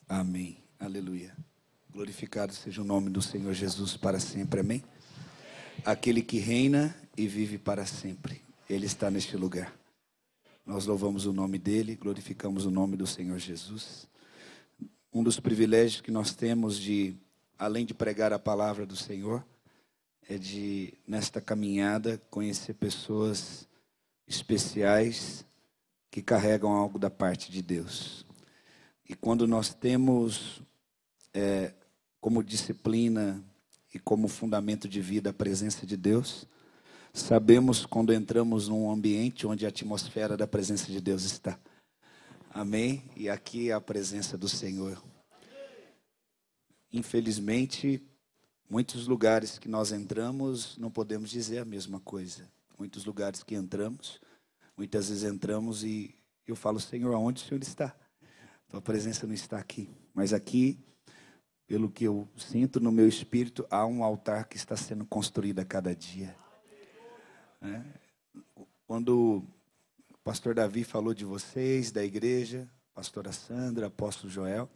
Amém. Aleluia. Glorificado seja o nome do Senhor Jesus para sempre. Amém. Aquele que reina e vive para sempre. Ele está neste lugar. Nós louvamos o nome dele, glorificamos o nome do Senhor Jesus. Um dos privilégios que nós temos de, além de pregar a palavra do Senhor, é de, nesta caminhada, conhecer pessoas especiais que carregam algo da parte de Deus. E quando nós temos como disciplina e como fundamento de vida a presença de Deus, sabemos quando entramos num ambiente onde a atmosfera da presença de Deus está. Amém? E aqui é a presença do Senhor. Infelizmente, muitos lugares que nós entramos, não podemos dizer a mesma coisa. Muitos lugares que entramos, muitas vezes entramos e eu falo, Senhor, aonde o Senhor está? Tua presença não está aqui. Mas aqui, pelo que eu sinto no meu espírito, há um altar que está sendo construído a cada dia. Quando o pastor Davi falou de vocês, da igreja, pastora Sandra, apóstolo Joel,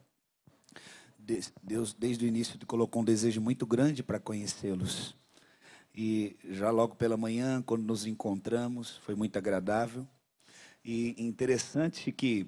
Deus, desde o início, colocou um desejo muito grande para conhecê-los. E já logo pela manhã, quando nos encontramos, foi muito agradável. E interessante que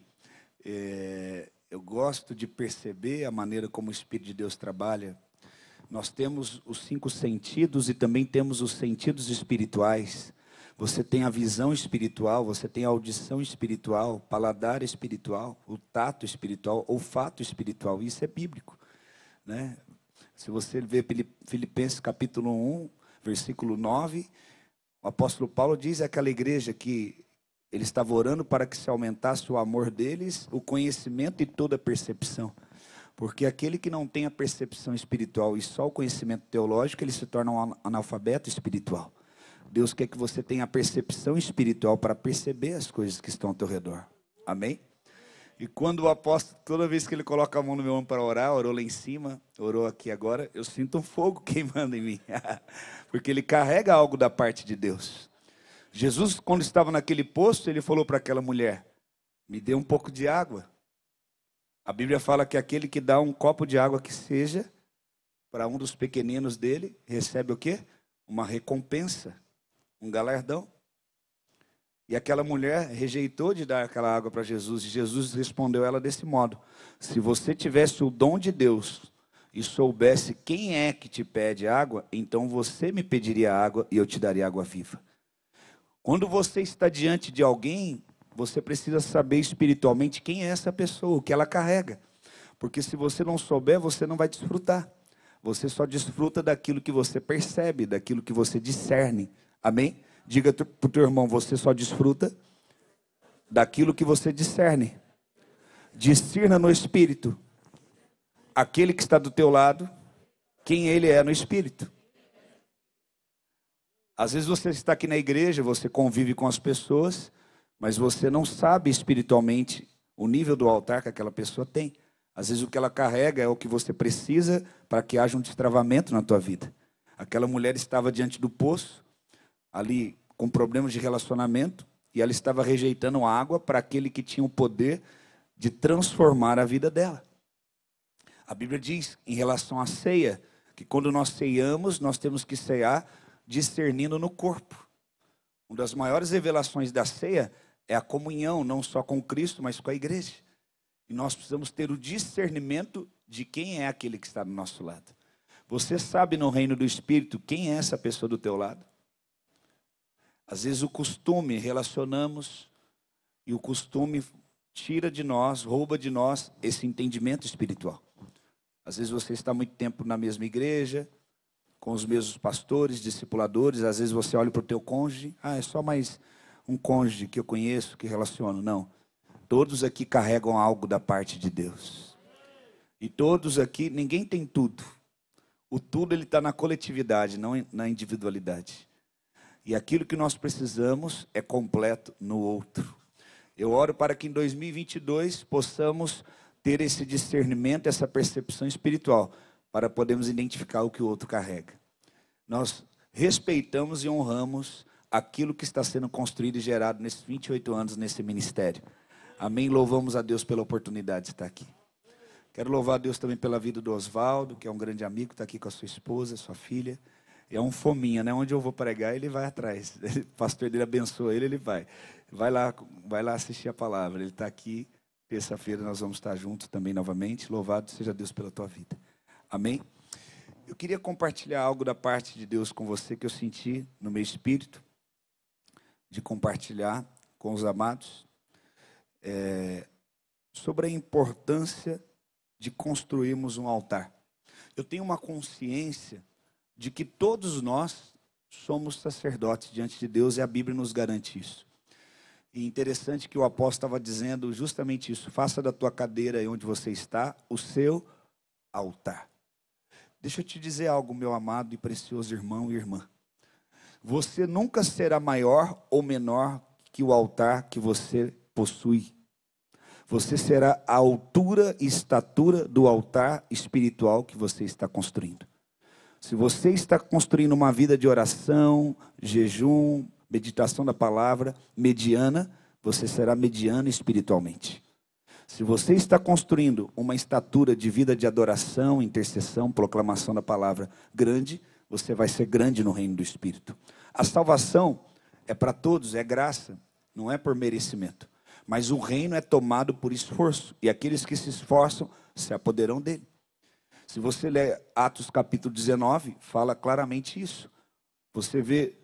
eu gosto de perceber a maneira como o Espírito de Deus trabalha. Nós temos os 5 sentidos e também temos os sentidos espirituais. Você tem a visão espiritual, você tem a audição espiritual, paladar espiritual, o tato espiritual, olfato espiritual. Isso é bíblico, né? Se você ver Filipenses capítulo 1, versículo 9, o apóstolo Paulo diz àquela igreja que ele estava orando para que se aumentasse o amor deles, o conhecimento e toda a percepção. Porque aquele que não tem a percepção espiritual e só o conhecimento teológico, ele se torna um analfabeto espiritual. Deus quer que você tenha a percepção espiritual para perceber as coisas que estão ao teu redor. Amém? E quando o apóstolo, toda vez que ele coloca a mão no meu ombro para orar, orou lá em cima, orou aqui agora, eu sinto um fogo queimando em mim. Porque ele carrega algo da parte de Deus. Jesus, quando estava naquele poço, ele falou para aquela mulher, me dê um pouco de água. A Bíblia fala que aquele que dá um copo de água que seja, para um dos pequeninos dele, recebe o quê? Uma recompensa, um galardão. E aquela mulher rejeitou de dar aquela água para Jesus, e Jesus respondeu ela desse modo, se você tivesse o dom de Deus e soubesse quem é que te pede água, então você me pediria água e eu te daria água viva. Quando você está diante de alguém, você precisa saber espiritualmente quem é essa pessoa, o que ela carrega. Porque se você não souber, você não vai desfrutar. Você só desfruta daquilo que você percebe, daquilo que você discerne. Amém? Diga para o teu irmão, você só desfruta daquilo que você discerne. Discirna no espírito. Aquele que está do teu lado, quem ele é no espírito. Às vezes você está aqui na igreja, você convive com as pessoas, mas você não sabe espiritualmente o nível do altar que aquela pessoa tem. Às vezes o que ela carrega é o que você precisa para que haja um destravamento na tua vida. Aquela mulher estava diante do poço, ali com problemas de relacionamento, e ela estava rejeitando água para aquele que tinha o poder de transformar a vida dela. A Bíblia diz, em relação à ceia, que quando nós ceiamos, nós temos que cear discernindo no corpo. Uma das maiores revelações da ceia é a comunhão, não só com Cristo, mas com a igreja. E nós precisamos ter o discernimento de quem é aquele que está do nosso lado. Você sabe no reino do Espírito quem é essa pessoa do teu lado? Às vezes o costume, relacionamos, e o costume tira de nós, rouba de nós esse entendimento espiritual. Às vezes você está muito tempo na mesma igreja, com os mesmos pastores, discipuladores, às vezes você olha para o teu cônjuge, é só mais um cônjuge que eu conheço, que relaciono. Não, todos aqui carregam algo da parte de Deus. E todos aqui, ninguém tem tudo. O tudo ele está na coletividade, não na individualidade. E aquilo que nós precisamos é completo no outro. Eu oro para que em 2022 possamos ter esse discernimento, essa percepção espiritual, para podermos identificar o que o outro carrega. Nós respeitamos e honramos aquilo que está sendo construído e gerado nesses 28 anos nesse ministério. Amém? Louvamos a Deus pela oportunidade de estar aqui. Quero louvar a Deus também pela vida do Oswaldo, que é um grande amigo, está aqui com a sua esposa, sua filha. É um fominha, né? Onde eu vou pregar, ele vai atrás. O pastor dele abençoa ele vai. Vai lá assistir a palavra. Ele está aqui. Terça-feira nós vamos estar juntos também novamente. Louvado seja Deus pela tua vida. Amém? Eu queria compartilhar algo da parte de Deus com você que eu senti no meu espírito, de compartilhar com os amados, sobre a importância de construirmos um altar. Eu tenho uma consciência de que todos nós somos sacerdotes diante de Deus e a Bíblia nos garante isso. E interessante que o apóstolo estava dizendo justamente isso: faça da tua cadeira aí onde você está o seu altar. Deixa eu te dizer algo, meu amado e precioso irmão e irmã. Você nunca será maior ou menor que o altar que você possui. Você será a altura e estatura do altar espiritual que você está construindo. Se você está construindo uma vida de oração, jejum, meditação da palavra, mediana, você será mediano espiritualmente. Se você está construindo uma estatura de vida de adoração, intercessão, proclamação da palavra grande, você vai ser grande no reino do Espírito. A salvação é para todos, é graça, não é por merecimento. Mas o reino é tomado por esforço, e aqueles que se esforçam se apoderarão dele. Se você ler Atos capítulo 19, fala claramente isso. Você vê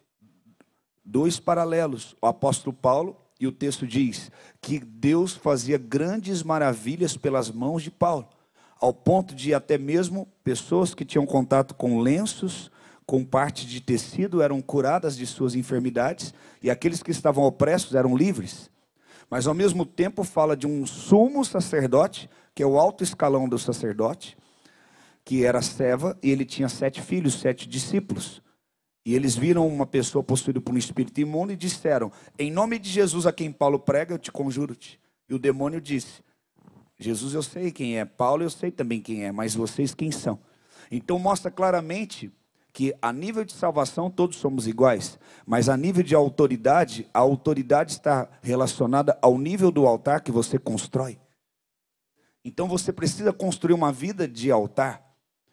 dois paralelos, o apóstolo Paulo, e o texto diz que Deus fazia grandes maravilhas pelas mãos de Paulo, ao ponto de até mesmo pessoas que tinham contato com lenços, com parte de tecido, eram curadas de suas enfermidades, e aqueles que estavam opressos eram livres. Mas ao mesmo tempo fala de um sumo sacerdote, que é o alto escalão do sacerdote, que era Seva, e ele tinha 7 filhos, 7 discípulos. E eles viram uma pessoa possuída por um espírito imundo e disseram: em nome de Jesus a quem Paulo prega, eu te conjuro-te. E o demônio disse: Jesus eu sei quem é, Paulo eu sei também quem é, mas vocês quem são? Então mostra claramente que a nível de salvação todos somos iguais, mas a nível de autoridade, a autoridade está relacionada ao nível do altar que você constrói. Então você precisa construir uma vida de altar.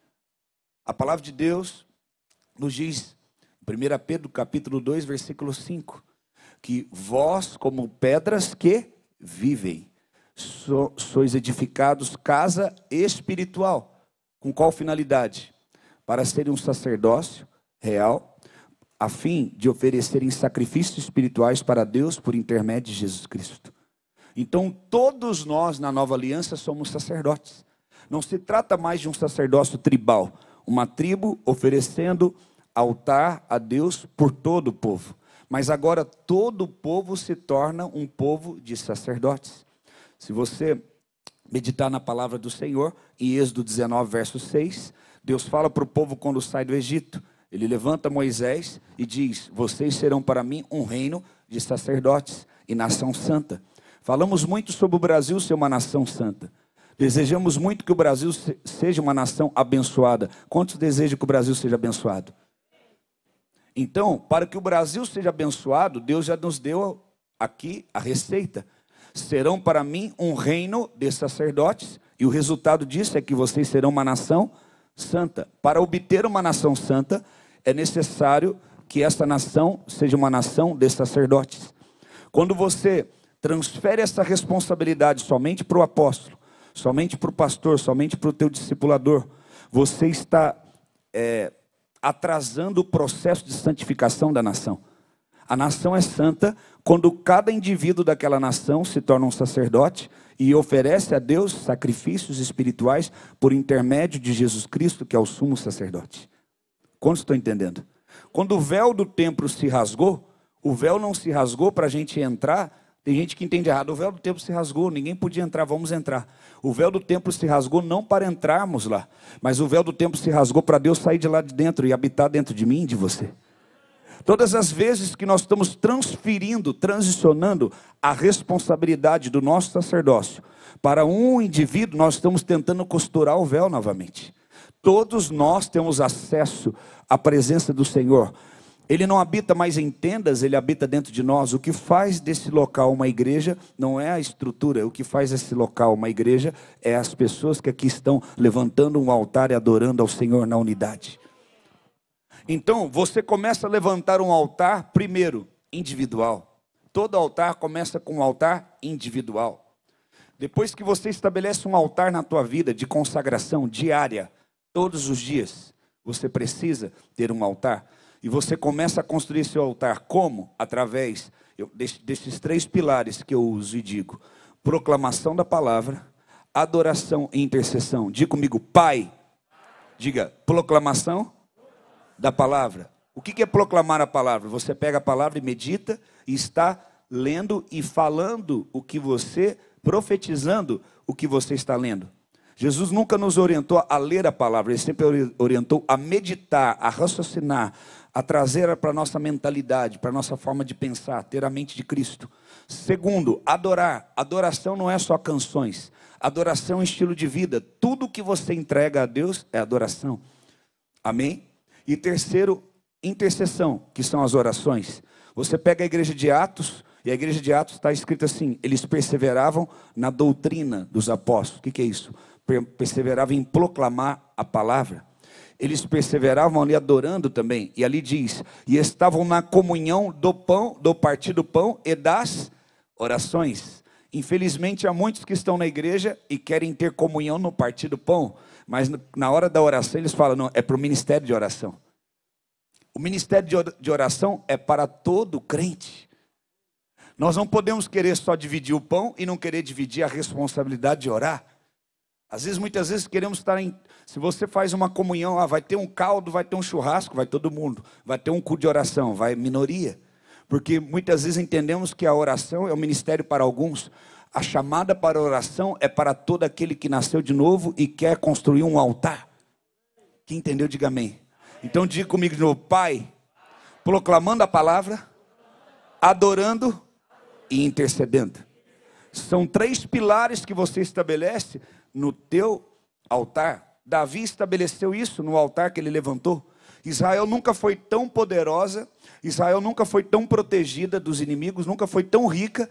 A palavra de Deus nos diz, 1 Pedro capítulo 2, versículo 5, que vós como pedras que vivem, sois edificados casa espiritual. Com qual finalidade? Para serem um sacerdócio real, a fim de oferecerem sacrifícios espirituais para Deus por intermédio de Jesus Cristo. Então todos nós na nova aliança somos sacerdotes. Não se trata mais de um sacerdócio tribal, uma tribo oferecendo altar a Deus por todo o povo. Mas agora todo o povo se torna um povo de sacerdotes. Se você meditar na palavra do Senhor, em Êxodo 19, verso 6, Deus fala para o povo quando sai do Egito. Ele levanta Moisés e diz: vocês serão para mim um reino de sacerdotes e nação santa. Falamos muito sobre o Brasil ser uma nação santa. Desejamos muito que o Brasil seja uma nação abençoada. Quantos desejam que o Brasil seja abençoado? Então, para que o Brasil seja abençoado, Deus já nos deu aqui a receita. Serão para mim um reino de sacerdotes, e o resultado disso é que vocês serão uma nação santa. Para obter uma nação santa, é necessário que esta nação seja uma nação de sacerdotes. Quando você transfere essa responsabilidade somente para o apóstolo, somente para o pastor, somente para o teu discipulador, você está atrasando o processo de santificação da nação. A nação é santa quando cada indivíduo daquela nação se torna um sacerdote e oferece a Deus sacrifícios espirituais por intermédio de Jesus Cristo, que é o sumo sacerdote. Quantos estão entendendo? Quando o véu do templo se rasgou, o véu não se rasgou para a gente entrar. Tem gente que entende errado: o véu do templo se rasgou, ninguém podia entrar, vamos entrar. O véu do templo se rasgou não para entrarmos lá, mas o véu do templo se rasgou para Deus sair de lá de dentro e habitar dentro de mim e de você. Todas as vezes que nós estamos transferindo, transicionando a responsabilidade do nosso sacerdócio para um indivíduo, nós estamos tentando costurar o véu novamente. Todos nós temos acesso à presença do Senhor. Ele não habita mais em tendas, ele habita dentro de nós. O que faz desse local uma igreja não é a estrutura. O que faz desse local uma igreja é as pessoas que aqui estão levantando um altar e adorando ao Senhor na unidade. Então, você começa a levantar um altar, primeiro, individual. Todo altar começa com um altar individual. Depois que você estabelece um altar na tua vida de consagração diária, todos os dias, você precisa ter um altar. E você começa a construir seu altar como? Através desses 3 pilares que eu uso e digo. Proclamação da palavra, adoração e intercessão. Diga comigo, Pai. Diga, proclamação da palavra. O que é proclamar a palavra? Você pega a palavra e medita e está lendo e falando o que você, profetizando o que você está lendo. Jesus nunca nos orientou a ler a palavra, ele sempre orientou a meditar, a raciocinar, a trazer para a nossa mentalidade, para a nossa forma de pensar, ter a mente de Cristo. Segundo, adorar. Adoração não é só canções. Adoração é um estilo de vida. Tudo que você entrega a Deus é adoração. Amém? E terceiro, intercessão, que são as orações. Você pega a igreja de Atos, e a igreja de Atos está escrito assim, eles perseveravam na doutrina dos apóstolos. O que é isso? Perseveravam em proclamar a palavra. Eles perseveravam ali adorando também, e ali diz, e estavam na comunhão do pão, do partir do pão e das orações. Infelizmente há muitos que estão na igreja e querem ter comunhão no partir do pão, mas na hora da oração eles falam, não, é para o ministério de oração. O ministério de oração é para todo crente. Nós não podemos querer só dividir o pão e não querer dividir a responsabilidade de orar. Às vezes, muitas vezes queremos estar em... Se você faz uma comunhão, vai ter um caldo, vai ter um churrasco, vai todo mundo. Vai ter um culto de oração, vai minoria. Porque muitas vezes entendemos que a oração é um ministério para alguns. A chamada para a oração é para todo aquele que nasceu de novo e quer construir um altar. Quem entendeu, diga amém. Então diga comigo de novo, Pai, proclamando a palavra, adorando e intercedendo. São 3 pilares que você estabelece no teu altar. Davi estabeleceu isso no altar que ele levantou. Israel nunca foi tão poderosa, Israel nunca foi tão protegida dos inimigos, nunca foi tão rica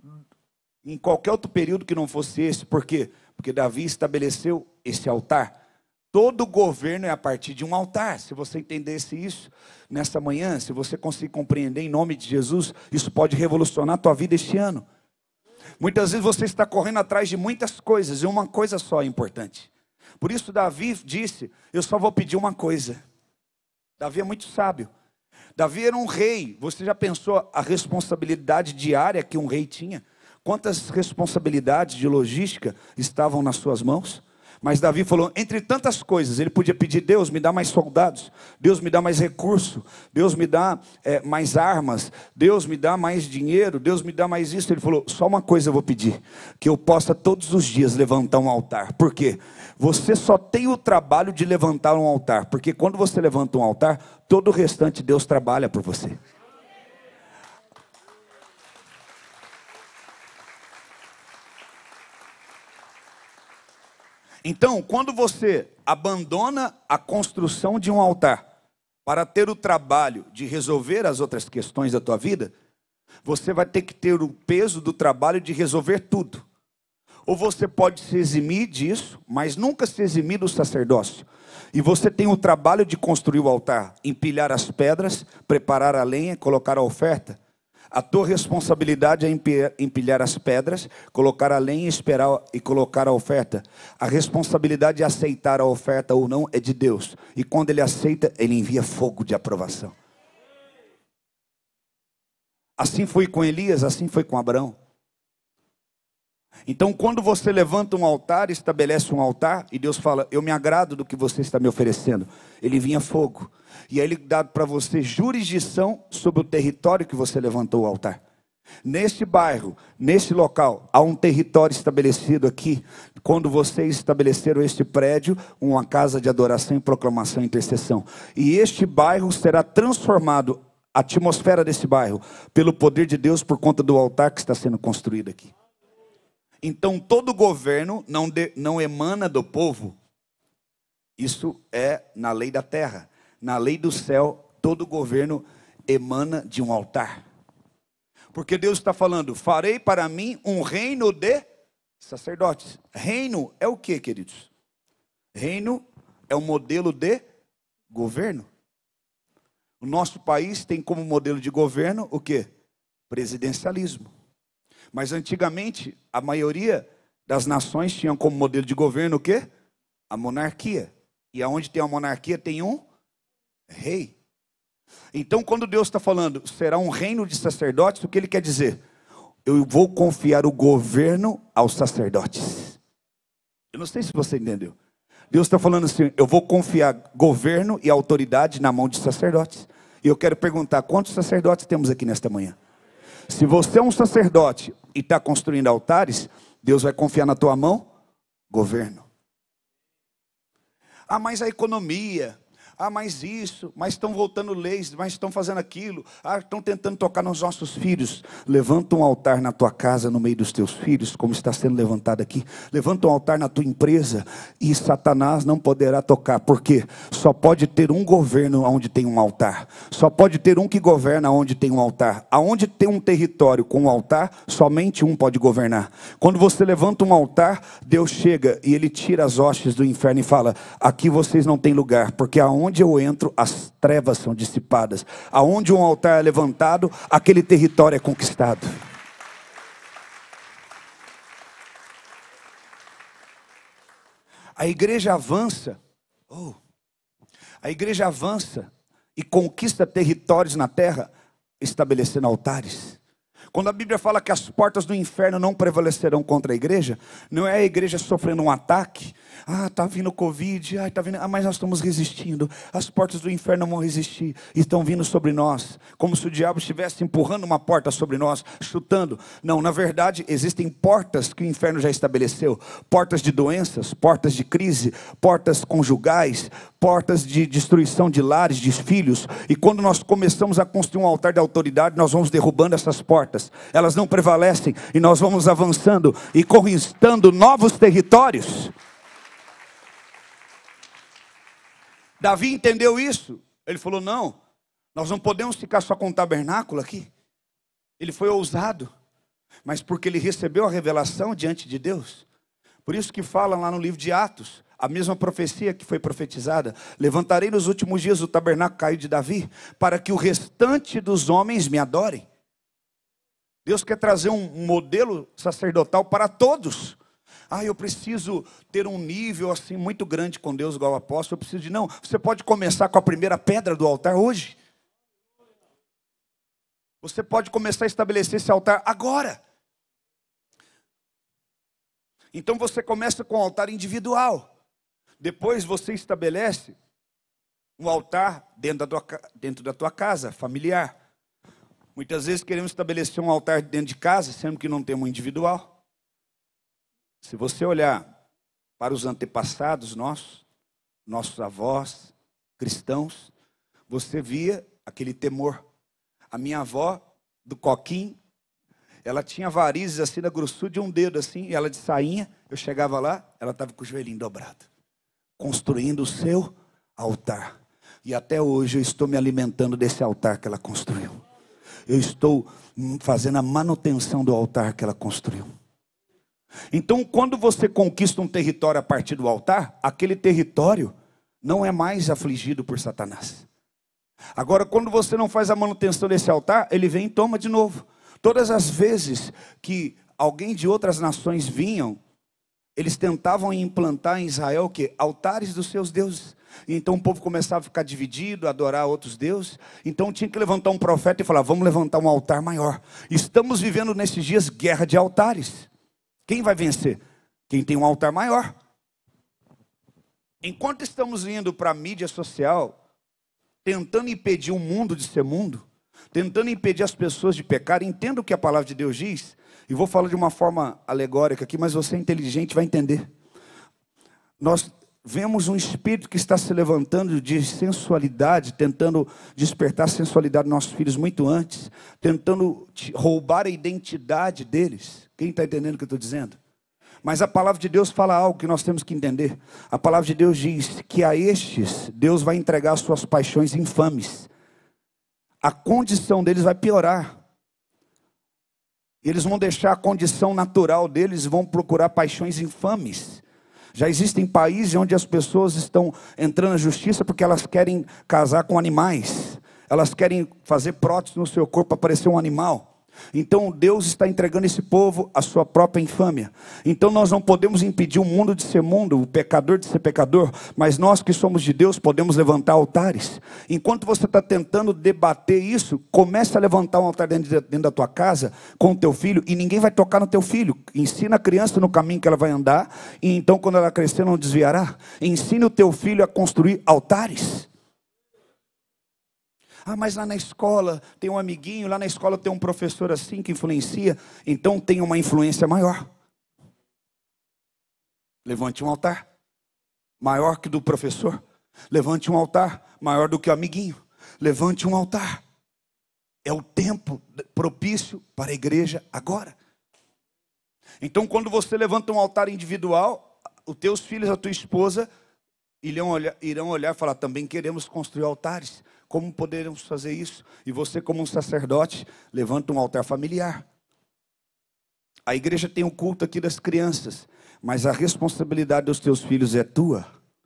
em qualquer outro período que não fosse esse. Por quê? Porque Davi estabeleceu esse altar. Todo governo é a partir de um altar. Se você entendesse isso nessa manhã, se você conseguir compreender em nome de Jesus, isso pode revolucionar a tua vida este ano. Muitas vezes você está correndo atrás de muitas coisas, e uma coisa só é importante. Por isso Davi disse, eu só vou pedir uma coisa. Davi é muito sábio. Davi era um rei. Você já pensou a responsabilidade diária que um rei tinha? Quantas responsabilidades de logística estavam nas suas mãos? Mas Davi falou, entre tantas coisas, ele podia pedir, Deus me dá mais soldados, Deus me dá mais recurso, Deus me dá mais armas, Deus me dá mais dinheiro, Deus me dá mais isso. Ele falou, só uma coisa eu vou pedir, que eu possa todos os dias levantar um altar. Por quê? Você só tem o trabalho de levantar um altar, porque quando você levanta um altar, todo o restante Deus trabalha por você. Então, quando você abandona a construção de um altar para ter o trabalho de resolver as outras questões da tua vida, você vai ter que ter o peso do trabalho de resolver tudo. Ou você pode se eximir disso, mas nunca se eximir do sacerdócio. E você tem o trabalho de construir o altar, empilhar as pedras, preparar a lenha, colocar a oferta. A tua responsabilidade é empilhar as pedras, colocar a lenha, esperar e colocar a oferta. A responsabilidade de aceitar a oferta ou não é de Deus. E quando Ele aceita, Ele envia fogo de aprovação. Assim foi com Elias, assim foi com Abraão. Então, quando você levanta um altar, estabelece um altar, e Deus fala, eu me agrado do que você está me oferecendo. Ele vinha fogo. E aí ele dá para você jurisdição sobre o território que você levantou o altar. Neste bairro, nesse local, há um território estabelecido aqui. Quando vocês estabeleceram este prédio, uma casa de adoração e proclamação e intercessão. E este bairro será transformado, a atmosfera desse bairro, pelo poder de Deus por conta do altar que está sendo construído aqui. Então todo governo não emana do povo. Isso é na lei da terra. Na lei do céu, todo governo emana de um altar. Porque Deus está falando, farei para mim um reino de sacerdotes. Reino é o que, queridos? Reino é um modelo de governo. O nosso país tem como modelo de governo o que? Presidencialismo. Mas antigamente, a maioria das nações tinham como modelo de governo o quê? A monarquia. E aonde tem a monarquia tem um rei. Então, quando Deus está falando, será um reino de sacerdotes, o que Ele quer dizer? Eu vou confiar o governo aos sacerdotes. Eu não sei se você entendeu. Deus está falando assim, eu vou confiar governo e autoridade na mão de sacerdotes. E eu quero perguntar, quantos sacerdotes temos aqui nesta manhã? Se você é um sacerdote e está construindo altares, Deus vai confiar na tua mão governo. Ah, mas a economia... Ah, mas isso, mas estão voltando leis, mas estão fazendo aquilo. Ah, estão tentando tocar nos nossos filhos. Levanta um altar na tua casa, no meio dos teus filhos, como está sendo levantado aqui. Levanta um altar na tua empresa e Satanás não poderá tocar. Por quê? Só pode ter um governo onde tem um altar. Só pode ter um que governa onde tem um altar. Aonde tem um território com um altar, somente um pode governar. Quando você levanta um altar, Deus chega e Ele tira as hostes do inferno e fala, aqui vocês não têm lugar, porque aonde eu entro, as trevas são dissipadas. Aonde um altar é levantado, aquele território é conquistado. A igreja avança. A igreja avança e conquista territórios na terra, estabelecendo altares. Quando a Bíblia fala que as portas do inferno não prevalecerão contra a igreja, não é a igreja sofrendo um ataque. Ah, está vindo Covid, tá vindo, mas nós estamos resistindo. As portas do inferno não vão resistir, estão vindo sobre nós. Como se o diabo estivesse empurrando uma porta sobre nós, chutando. Não, na verdade, existem portas que o inferno já estabeleceu. Portas de doenças, portas de crise, portas conjugais, portas de destruição de lares, de filhos. E quando nós começamos a construir um altar de autoridade, nós vamos derrubando essas portas. Elas não prevalecem e nós vamos avançando e conquistando novos territórios. Davi entendeu isso. Ele falou, não, nós não podemos ficar só com o tabernáculo aqui. Ele foi ousado, mas porque ele recebeu a revelação diante de Deus. Por isso que fala lá no livro de Atos, a mesma profecia que foi profetizada. Levantarei nos últimos dias o tabernáculo caído de Davi, para que o restante dos homens me adorem. Deus quer trazer um modelo sacerdotal para todos. Ah, eu preciso ter um nível assim muito grande com Deus, igual o apóstolo. Eu preciso de... Não, você pode começar com a primeira pedra do altar hoje. Você pode começar a estabelecer esse altar agora. Então você começa com o altar individual. Depois você estabelece um altar dentro da tua casa, familiar. Muitas vezes queremos estabelecer um altar dentro de casa, sendo que não temos um individual. Se você olhar para os antepassados nossos avós, cristãos, você via aquele temor. A minha avó, do coquinho, ela tinha varizes assim na grossura de um dedo assim, e ela de sainha, eu chegava lá, ela estava com o joelhinho dobrado, construindo o seu altar. E até hoje eu estou me alimentando desse altar que ela construiu. Eu estou fazendo a manutenção do altar que ela construiu. Então, quando você conquista um território a partir do altar, aquele território não é mais afligido por Satanás. Agora, quando você não faz a manutenção desse altar, ele vem e toma de novo. Todas as vezes que alguém de outras nações vinham, eles tentavam implantar em Israel o quê? Altares dos seus deuses. Então o povo começava a ficar dividido, a adorar outros deuses. Então tinha que levantar um profeta e falar, vamos levantar um altar maior. Estamos vivendo nesses dias guerra de altares. Quem vai vencer? Quem tem um altar maior. Enquanto estamos indo para a mídia social, tentando impedir o mundo de ser mundo, tentando impedir as pessoas de pecar, entenda o que a palavra de Deus diz, e vou falar de uma forma alegórica aqui, mas você é inteligente vai entender. Nós vemos um espírito que está se levantando de sensualidade, tentando despertar a sensualidade dos nossos filhos muito antes, tentando roubar a identidade deles. Quem está entendendo o que eu estou dizendo? Mas a palavra de Deus fala algo que nós temos que entender. A palavra de Deus diz que a estes, Deus vai entregar as suas paixões infames. a condição deles vai piorar. Eles vão deixar a condição natural deles e vão procurar paixões infames. Já existem países onde as pessoas estão entrando na justiça porque elas querem casar com animais. Elas querem fazer prótese no seu corpo para parecer um animal. Então Deus está entregando esse povo à sua própria infâmia. Então nós não podemos impedir o mundo de ser mundo, o pecador de ser pecador, mas nós que somos de Deus podemos levantar altares. Enquanto você está tentando debater isso, comece a levantar um altar dentro da tua casa com o teu filho, e ninguém vai tocar no teu filho. Ensina a criança no caminho que ela vai andar, e então quando ela crescer não desviará. Ensine o teu filho a construir altares. Ah, mas lá na escola tem um amiguinho, lá na escola tem um professor assim que influencia, então tem uma influência maior. Levante um altar maior que do professor. Levante um altar maior do que o amiguinho. Levante um altar. É o tempo propício para a igreja agora. Então quando você levanta um altar individual, os teus filhos, a tua esposa irão olhar e falar, também queremos construir altares. Como poderemos fazer isso? E você, como um sacerdote, levanta um altar familiar. A igreja tem um culto aqui das crianças, mas a responsabilidade dos teus filhos é tua.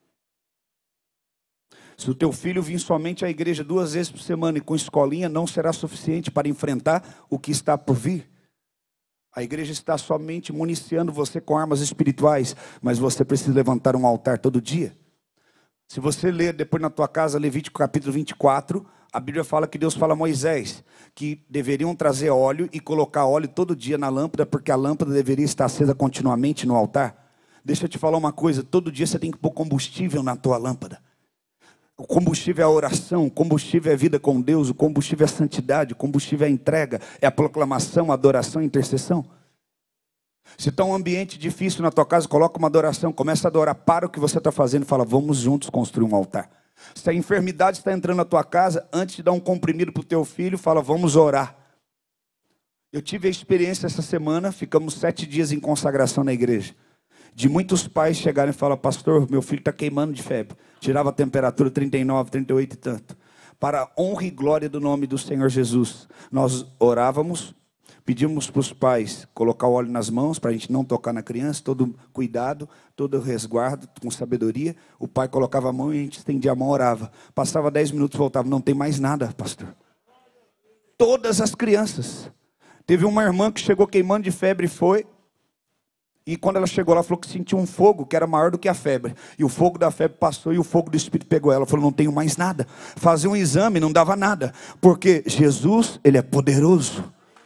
Se o teu filho vir somente à igreja 2 vezes por semana e com escolinha, não será suficiente para enfrentar o que está por vir. A igreja está somente municiando você com armas espirituais, mas você precisa levantar um altar todo dia. Se você ler depois na tua casa, Levítico capítulo 24, a Bíblia fala que Deus fala a Moisés que deveriam trazer óleo e colocar óleo todo dia na lâmpada, porque a lâmpada deveria estar acesa continuamente no altar. Deixa eu te falar uma coisa, todo dia você tem que pôr combustível na tua lâmpada. O combustível é a oração, o combustível é a vida com Deus, o combustível é a santidade, o combustível é a entrega, é a proclamação, a adoração, a intercessão. Se está um ambiente difícil na tua casa, coloca uma adoração, começa a adorar, para o que você está fazendo e fala, vamos juntos construir um altar. Se a enfermidade está entrando na tua casa, antes de dar um comprimido para o teu filho, fala, vamos orar. Eu tive a experiência essa semana, ficamos 7 dias em consagração na igreja, de muitos pais chegarem e falar, pastor, meu filho está queimando de febre, tirava a temperatura 39, 38 e tanto. Para a honra e glória do nome do Senhor Jesus, nós orávamos, pedimos para os pais colocar o óleo nas mãos, para a gente não tocar na criança, todo cuidado, todo resguardo, com sabedoria. O pai colocava a mão e a gente estendia a mão, orava. Passava 10 minutos, voltava, não tem mais nada, pastor. Todas as crianças. Teve uma irmã que chegou queimando de febre e foi. E quando ela chegou lá, falou que sentiu um fogo que era maior do que a febre. E o fogo da febre passou e o fogo do Espírito pegou ela. Falou, não tenho mais nada. Fazia um exame, não dava nada. Porque Jesus, Ele é poderoso.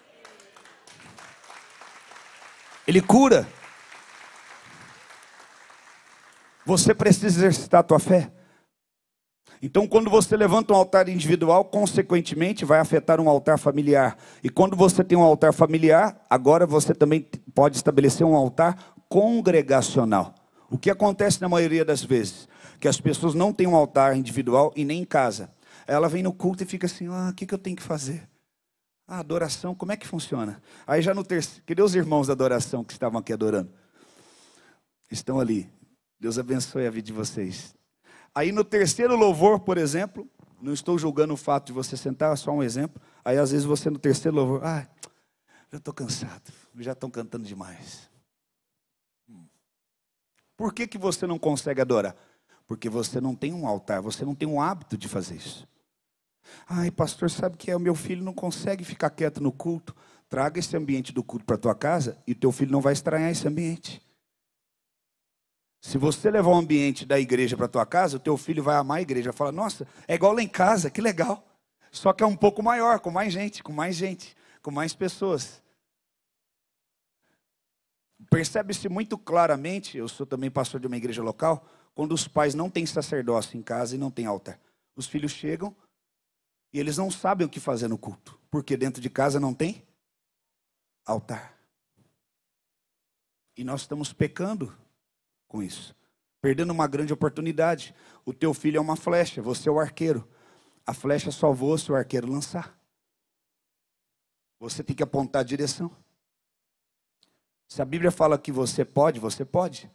Ele cura. Você precisa exercitar a tua fé. Então, quando você levanta um altar individual, consequentemente, vai afetar um altar familiar. E quando você tem um altar familiar, agora você também pode estabelecer um altar congregacional. O que acontece na maioria das vezes? Que as pessoas não têm um altar individual e nem em casa. Ela vem no culto e fica assim, o que eu tenho que fazer? A adoração, como é que funciona? Aí já no terceiro, cadê os irmãos da adoração que estavam aqui adorando? Estão ali. Deus abençoe a vida de vocês. Aí no terceiro louvor, por exemplo, não estou julgando o fato de você sentar, é só um exemplo. Aí às vezes você no terceiro louvor, já estou cansado, já estão cantando demais. Por que você não consegue adorar? Porque você não tem um altar, você não tem um hábito de fazer isso. Pastor, sabe que o meu filho não consegue ficar quieto no culto. Traga esse ambiente do culto para a tua casa e teu filho não vai estranhar esse ambiente. Se você levar o ambiente da igreja para a tua casa, o teu filho vai amar a igreja. Vai falar, nossa, é igual lá em casa, que legal. Só que é um pouco maior, com mais gente, com mais pessoas. Percebe-se muito claramente, eu sou também pastor de uma igreja local, quando os pais não têm sacerdócio em casa e não têm altar. Os filhos chegam e eles não sabem o que fazer no culto, porque dentro de casa não tem altar. E nós estamos pecando com isso, perdendo uma grande oportunidade. O teu filho é uma flecha, você é o arqueiro. A flecha só voa se o arqueiro lançar. Você tem que apontar a direção. Se a Bíblia fala que você pode, você pode.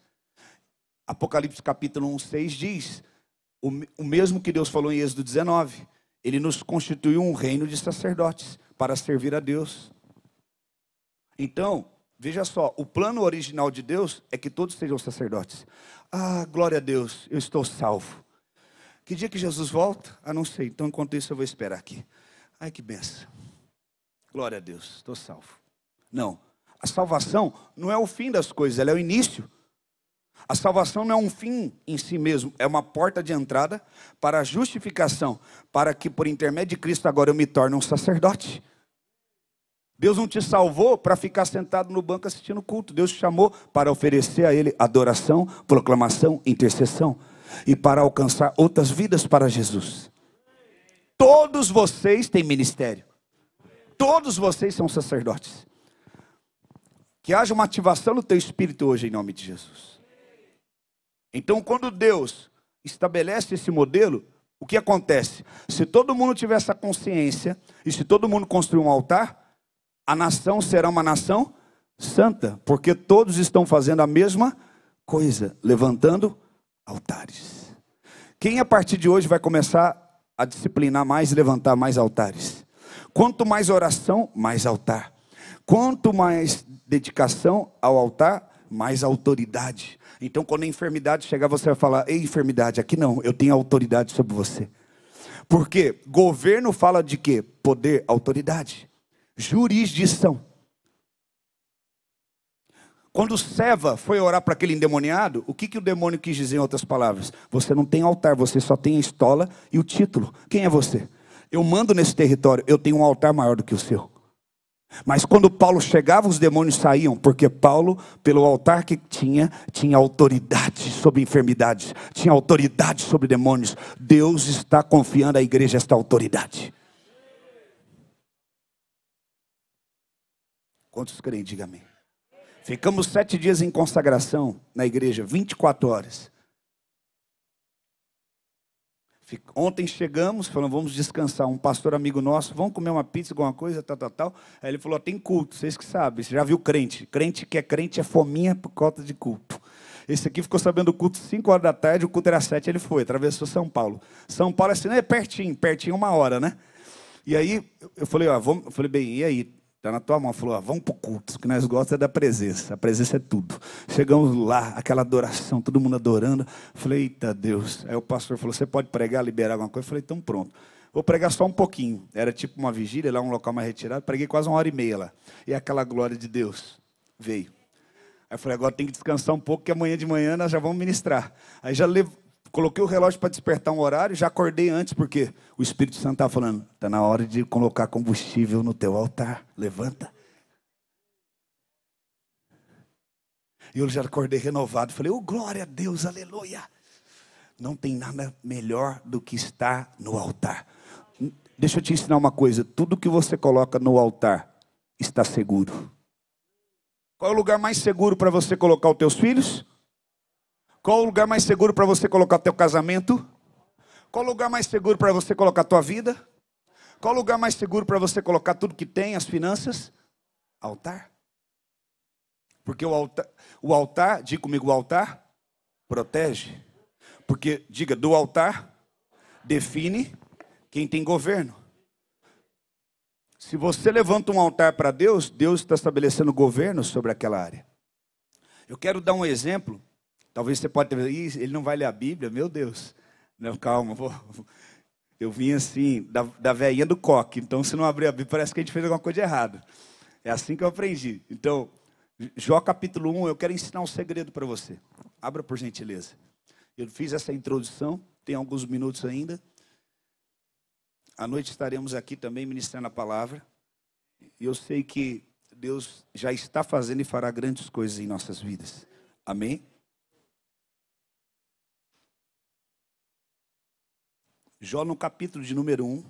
Apocalipse capítulo 1:6 diz, o mesmo que Deus falou em Êxodo 19, Ele nos constituiu um reino de sacerdotes para servir a Deus. Então, veja só, o plano original de Deus é que todos sejam sacerdotes. Ah, glória a Deus, eu estou salvo. Que dia que Jesus volta? Ah, não sei. Então, enquanto isso, eu vou esperar aqui. Ai, que benção. Glória a Deus, estou salvo. Não, a salvação não é o fim das coisas, ela é o início. A salvação não é um fim em si mesmo, é uma porta de entrada para a justificação, para que por intermédio de Cristo agora eu me torne um sacerdote. Deus não te salvou para ficar sentado no banco assistindo culto. Deus te chamou para oferecer a Ele adoração, proclamação, intercessão e para alcançar outras vidas para Jesus. Todos vocês têm ministério. Todos vocês são sacerdotes. Que haja uma ativação no teu espírito hoje em nome de Jesus. Então, quando Deus estabelece esse modelo, o que acontece? Se todo mundo tiver essa consciência e se todo mundo construir um altar, a nação será uma nação santa, porque todos estão fazendo a mesma coisa, levantando altares. Quem a partir de hoje vai começar a disciplinar mais e levantar mais altares? Quanto mais oração, mais altar. Quanto mais dedicação ao altar, mais autoridade. Então, quando a enfermidade chegar, você vai falar: ei, enfermidade, aqui não, eu tenho autoridade sobre você. Porque governo fala de quê? Poder, autoridade. Jurisdição. Quando Seva foi orar para aquele endemoniado, o que o demônio quis dizer em outras palavras? Você não tem altar, você só tem a estola e o título. Quem é você? Eu mando nesse território, eu tenho um altar maior do que o seu. Mas quando Paulo chegava, os demônios saíam, porque Paulo, pelo altar que tinha autoridade sobre enfermidades, tinha autoridade sobre demônios. Deus está confiando à igreja esta autoridade. Quantos creem? Diga amém. Ficamos 7 dias em consagração na igreja, 24 horas. Ontem chegamos, falamos, vamos descansar. Um pastor amigo nosso, vamos comer uma pizza, alguma coisa, tal. Aí ele falou, tem culto, vocês que sabem. Você já viu crente? Crente que é crente é fominha por conta de culto. Esse aqui ficou sabendo do culto 5 horas da tarde, o culto era 7, ele foi, atravessou São Paulo. São Paulo assim, é pertinho 1 hora, né? E aí, eu falei, eu falei, bem, e aí? Está na tua mão. Falou, vamos para o culto, o que nós gostamos é da presença. A presença é tudo. Chegamos lá, aquela adoração, todo mundo adorando. Falei, eita Deus. Aí o pastor falou, você pode pregar, liberar alguma coisa? Eu falei, então pronto. Vou pregar só um pouquinho. Era tipo uma vigília, lá um local mais retirado. Preguei quase 1h30 lá. E aquela glória de Deus veio. Aí eu falei, agora tem que descansar um pouco, que amanhã de manhã nós já vamos ministrar. Aí já coloquei o relógio para despertar um horário, já acordei antes, porque o Espírito Santo estava falando, está na hora de colocar combustível no teu altar, levanta. E eu já acordei renovado, falei, glória a Deus, aleluia. Não tem nada melhor do que estar no altar. Deixa eu te ensinar uma coisa, tudo que você coloca no altar está seguro. Qual é o lugar mais seguro para você colocar os teus filhos? Qual o lugar mais seguro para você colocar o teu casamento? Qual o lugar mais seguro para você colocar a tua vida? Qual o lugar mais seguro para você colocar tudo que tem, as finanças? Altar. Porque o altar, diga comigo, o altar protege. Porque, diga, do altar define quem tem governo. Se você levanta um altar para Deus, Deus está estabelecendo governo sobre aquela área. Eu quero dar um exemplo. Talvez você pode ter ele não vai ler a Bíblia, meu Deus. Não, calma, eu vim assim, da velhinha do coque. Então, se não abrir a Bíblia, parece que a gente fez alguma coisa de errado. É assim que eu aprendi. Então, Jó capítulo 1, eu quero ensinar um segredo para você. Abra por gentileza. Eu fiz essa introdução, tem alguns minutos ainda. À noite estaremos aqui também ministrando a palavra. E eu sei que Deus já está fazendo e fará grandes coisas em nossas vidas. Amém? Jó no capítulo de número 1.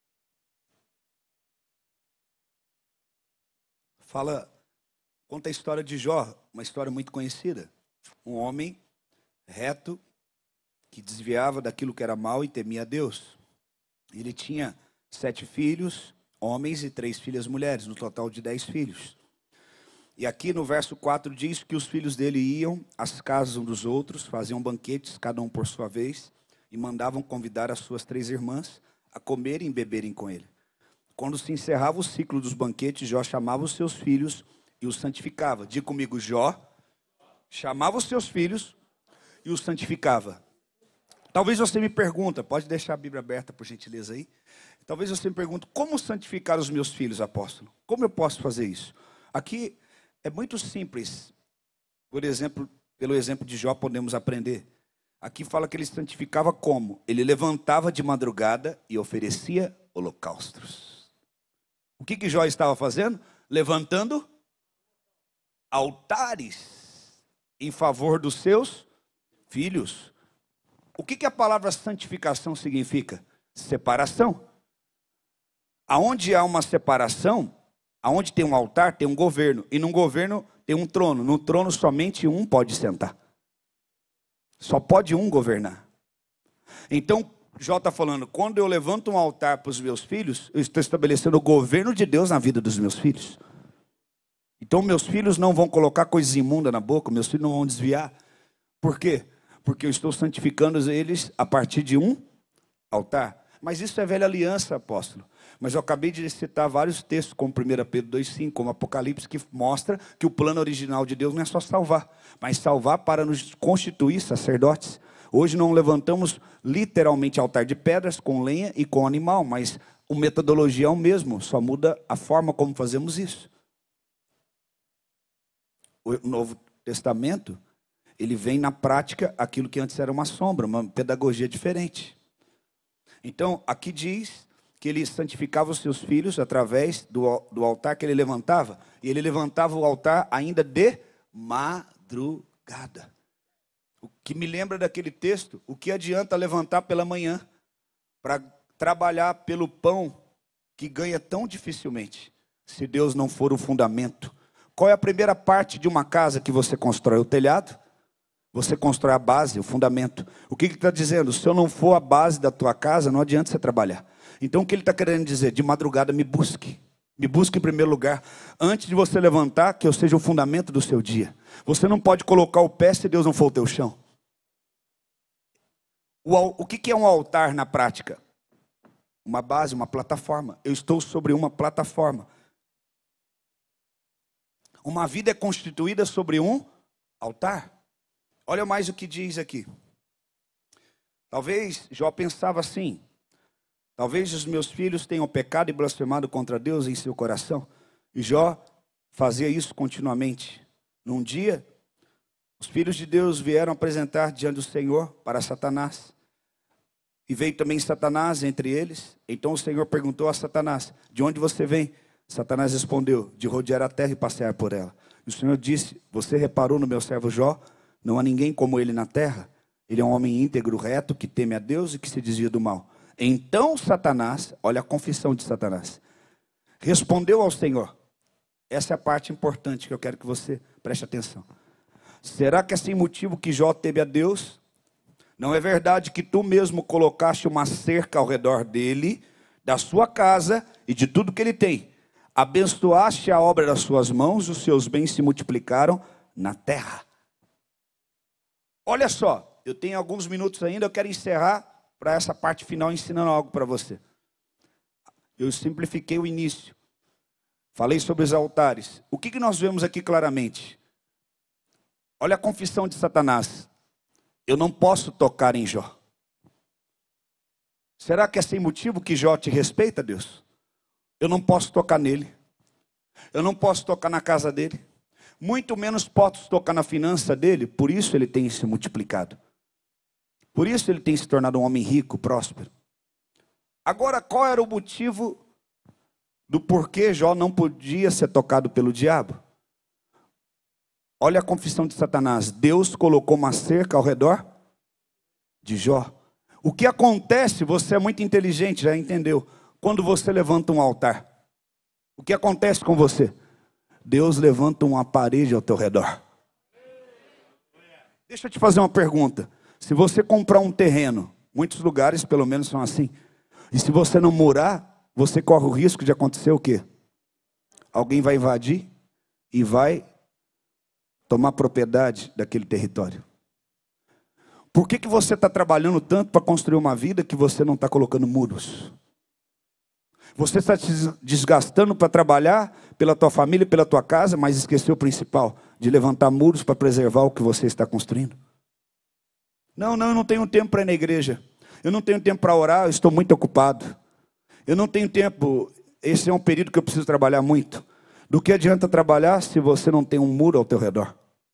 Conta a história de Jó, uma história muito conhecida. Um homem reto, que desviava daquilo que era mal e temia a Deus. Ele tinha 7 filhos, homens, e 3 filhas mulheres, no total de 10 filhos. E aqui no verso 4 diz que os filhos dele iam às casas um dos outros, faziam banquetes, cada um por sua vez, e mandavam convidar as suas 3 irmãs, a comerem e beberem com ele. Quando se encerrava o ciclo dos banquetes, Jó chamava os seus filhos e os santificava. Diga comigo, Jó chamava os seus filhos e os santificava. Talvez você me pergunte, pode deixar a Bíblia aberta por gentileza aí. Talvez você me pergunte, como santificar os meus filhos, apóstolo? Como eu posso fazer isso? Aqui é muito simples. Por exemplo, pelo exemplo de Jó podemos aprender. Aqui fala que ele santificava como? Ele levantava de madrugada e oferecia holocaustos. O que Jó estava fazendo? Levantando altares em favor dos seus filhos. O que a palavra santificação significa? Separação. Aonde há uma separação, aonde tem um altar, tem um governo. E num governo tem um trono. No trono somente um pode sentar. Só pode um governar. Então, Jó está falando, quando eu levanto um altar para os meus filhos, eu estou estabelecendo o governo de Deus na vida dos meus filhos. Então, meus filhos não vão colocar coisas imundas na boca, meus filhos não vão desviar. Por quê? Porque eu estou santificando eles a partir de um altar. Mas isso é velha aliança, apóstolo. Mas eu acabei de citar vários textos, como 1 Pedro 2,5, como Apocalipse, que mostra que o plano original de Deus não é só salvar, mas salvar para nos constituir sacerdotes. Hoje não levantamos literalmente altar de pedras com lenha e com animal, mas a metodologia é o mesmo, só muda a forma como fazemos isso. O Novo Testamento, ele vem na prática aquilo que antes era uma sombra, uma pedagogia diferente. Então, aqui diz que ele santificava os seus filhos através do altar que ele levantava, e ele levantava o altar ainda de madrugada. O que me lembra daquele texto, o que adianta levantar pela manhã para trabalhar pelo pão que ganha tão dificilmente, se Deus não for o fundamento? Qual é a primeira parte de uma casa que você constrói? O telhado? Você constrói a base, o fundamento. O que ele está dizendo? Se eu não for a base da tua casa, não adianta você trabalhar. Então o que ele está querendo dizer? De madrugada me busque. Me busque em primeiro lugar. Antes de você levantar, que eu seja o fundamento do seu dia. Você não pode colocar o pé se Deus não for o teu chão. O que é um altar na prática? Uma base, uma plataforma. Eu estou sobre uma plataforma. Uma vida é constituída sobre um altar. Olha mais o que diz aqui. Talvez Jó pensava assim. Talvez os meus filhos tenham pecado e blasfemado contra Deus em seu coração. E Jó fazia isso continuamente. Num dia, os filhos de Deus vieram apresentar diante do Senhor para Satanás. E veio também Satanás entre eles. Então o Senhor perguntou a Satanás, de onde você vem? Satanás respondeu, de rodear a terra e passear por ela. E o Senhor disse, você reparou no meu servo Jó? Não há ninguém como ele na terra. Ele é um homem íntegro, reto, que teme a Deus e que se desvia do mal. Então Satanás, olha a confissão de Satanás, respondeu ao Senhor. Essa é a parte importante que eu quero que você preste atenção. Será que é sem motivo que Jó teme a Deus? Não é verdade que tu mesmo colocaste uma cerca ao redor dele, da sua casa e de tudo que ele tem? Abençoaste a obra das suas mãos, os seus bens se multiplicaram na terra. Olha só, eu tenho alguns minutos ainda, eu quero encerrar para essa parte final ensinando algo para você. Eu simplifiquei o início. Falei sobre os altares. O que nós vemos aqui claramente? Olha a confissão de Satanás. Eu não posso tocar em Jó. Será que é sem motivo que Jó te respeita, Deus? Eu não posso tocar nele. Eu não posso tocar na casa dele. Muito menos posso tocar na finança dele. Por isso ele tem se multiplicado. Por isso ele tem se tornado um homem rico, próspero. Agora, qual era o motivo do porquê Jó não podia ser tocado pelo diabo? Olha a confissão de Satanás. Deus colocou uma cerca ao redor de Jó. O que acontece, você é muito inteligente, já entendeu, quando você levanta um altar? O que acontece com você? Deus levanta uma parede ao teu redor. Deixa eu te fazer uma pergunta. Se você comprar um terreno, muitos lugares pelo menos são assim, e se você não morar, você corre o risco de acontecer o quê? Alguém vai invadir e vai tomar propriedade daquele território. Por que você está trabalhando tanto para construir uma vida que você não está colocando muros? Você está se desgastando para trabalhar pela tua família, pela tua casa, mas esqueceu o principal, de levantar muros para preservar o que você está construindo. Não, eu não tenho tempo para ir na igreja. Eu não tenho tempo para orar, eu estou muito ocupado. Eu não tenho tempo, esse é um período que eu preciso trabalhar muito. Do que adianta trabalhar se você não tem um muro ao teu redor?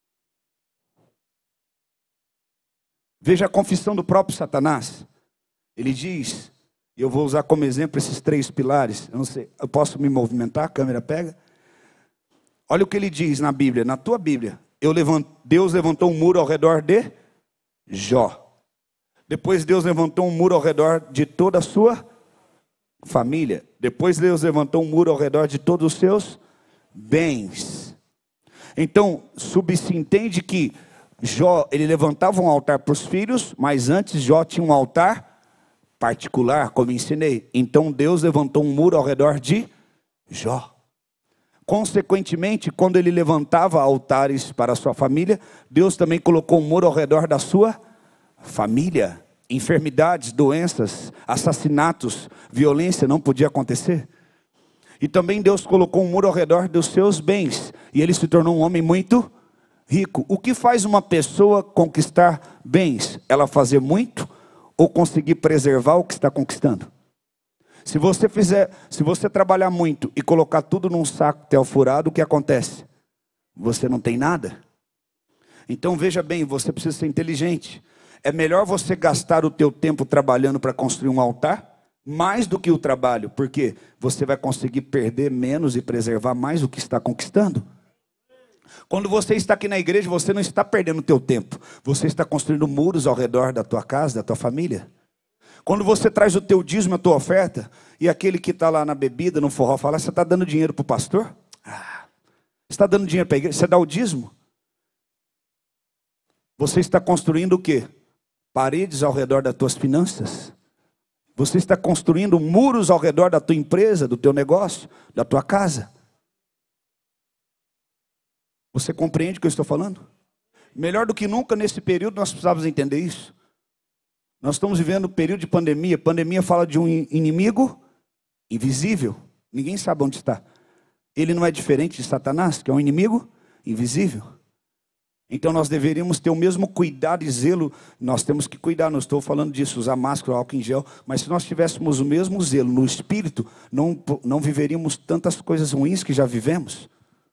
Veja a confissão do próprio Satanás. Ele diz, e eu vou usar como exemplo esses 3 pilares. Eu não sei, eu posso me movimentar? A câmera pega? Olha o que ele diz na Bíblia, na tua Bíblia. Deus levantou um muro ao redor de Jó. Depois Deus levantou um muro ao redor de toda a sua família. Depois Deus levantou um muro ao redor de todos os seus bens. Então, subentende que Jó, ele levantava um altar para os filhos, mas antes Jó tinha um altar particular, como ensinei. Então Deus levantou um muro ao redor de Jó. Consequentemente, quando ele levantava altares para a sua família, Deus também colocou um muro ao redor da sua família. Enfermidades, doenças, assassinatos, violência não podia acontecer. E também Deus colocou um muro ao redor dos seus bens. E ele se tornou um homem muito rico. O que faz uma pessoa conquistar bens? Ela fazer muito ou conseguir preservar o que está conquistando? Se você trabalhar muito e colocar tudo num saco até o furado, o que acontece? Você não tem nada. Então veja bem, você precisa ser inteligente. É melhor você gastar o teu tempo trabalhando para construir um altar, mais do que o trabalho, porque você vai conseguir perder menos e preservar mais o que está conquistando. Quando você está aqui na igreja, você não está perdendo o teu tempo. Você está construindo muros ao redor da tua casa, da tua família. Quando você traz o teu dízimo, a tua oferta, e aquele que está lá na bebida, no forró, fala, você está dando dinheiro para o pastor? Você está dando dinheiro para a igreja? Você dá o dízimo? Você está construindo o quê? Paredes ao redor das tuas finanças? Você está construindo muros ao redor da tua empresa, do teu negócio, da tua casa? Você compreende o que eu estou falando? Melhor do que nunca nesse período nós precisamos entender isso. Nós estamos vivendo um período de pandemia. Pandemia fala de um inimigo invisível. Ninguém sabe onde está. Ele não é diferente de Satanás, que é um inimigo invisível. Então nós deveríamos ter o mesmo cuidado e zelo. Nós temos que cuidar, não estou falando disso, usar máscara, álcool em gel. Mas se nós tivéssemos o mesmo zelo no espírito, não viveríamos tantas coisas ruins que já vivemos.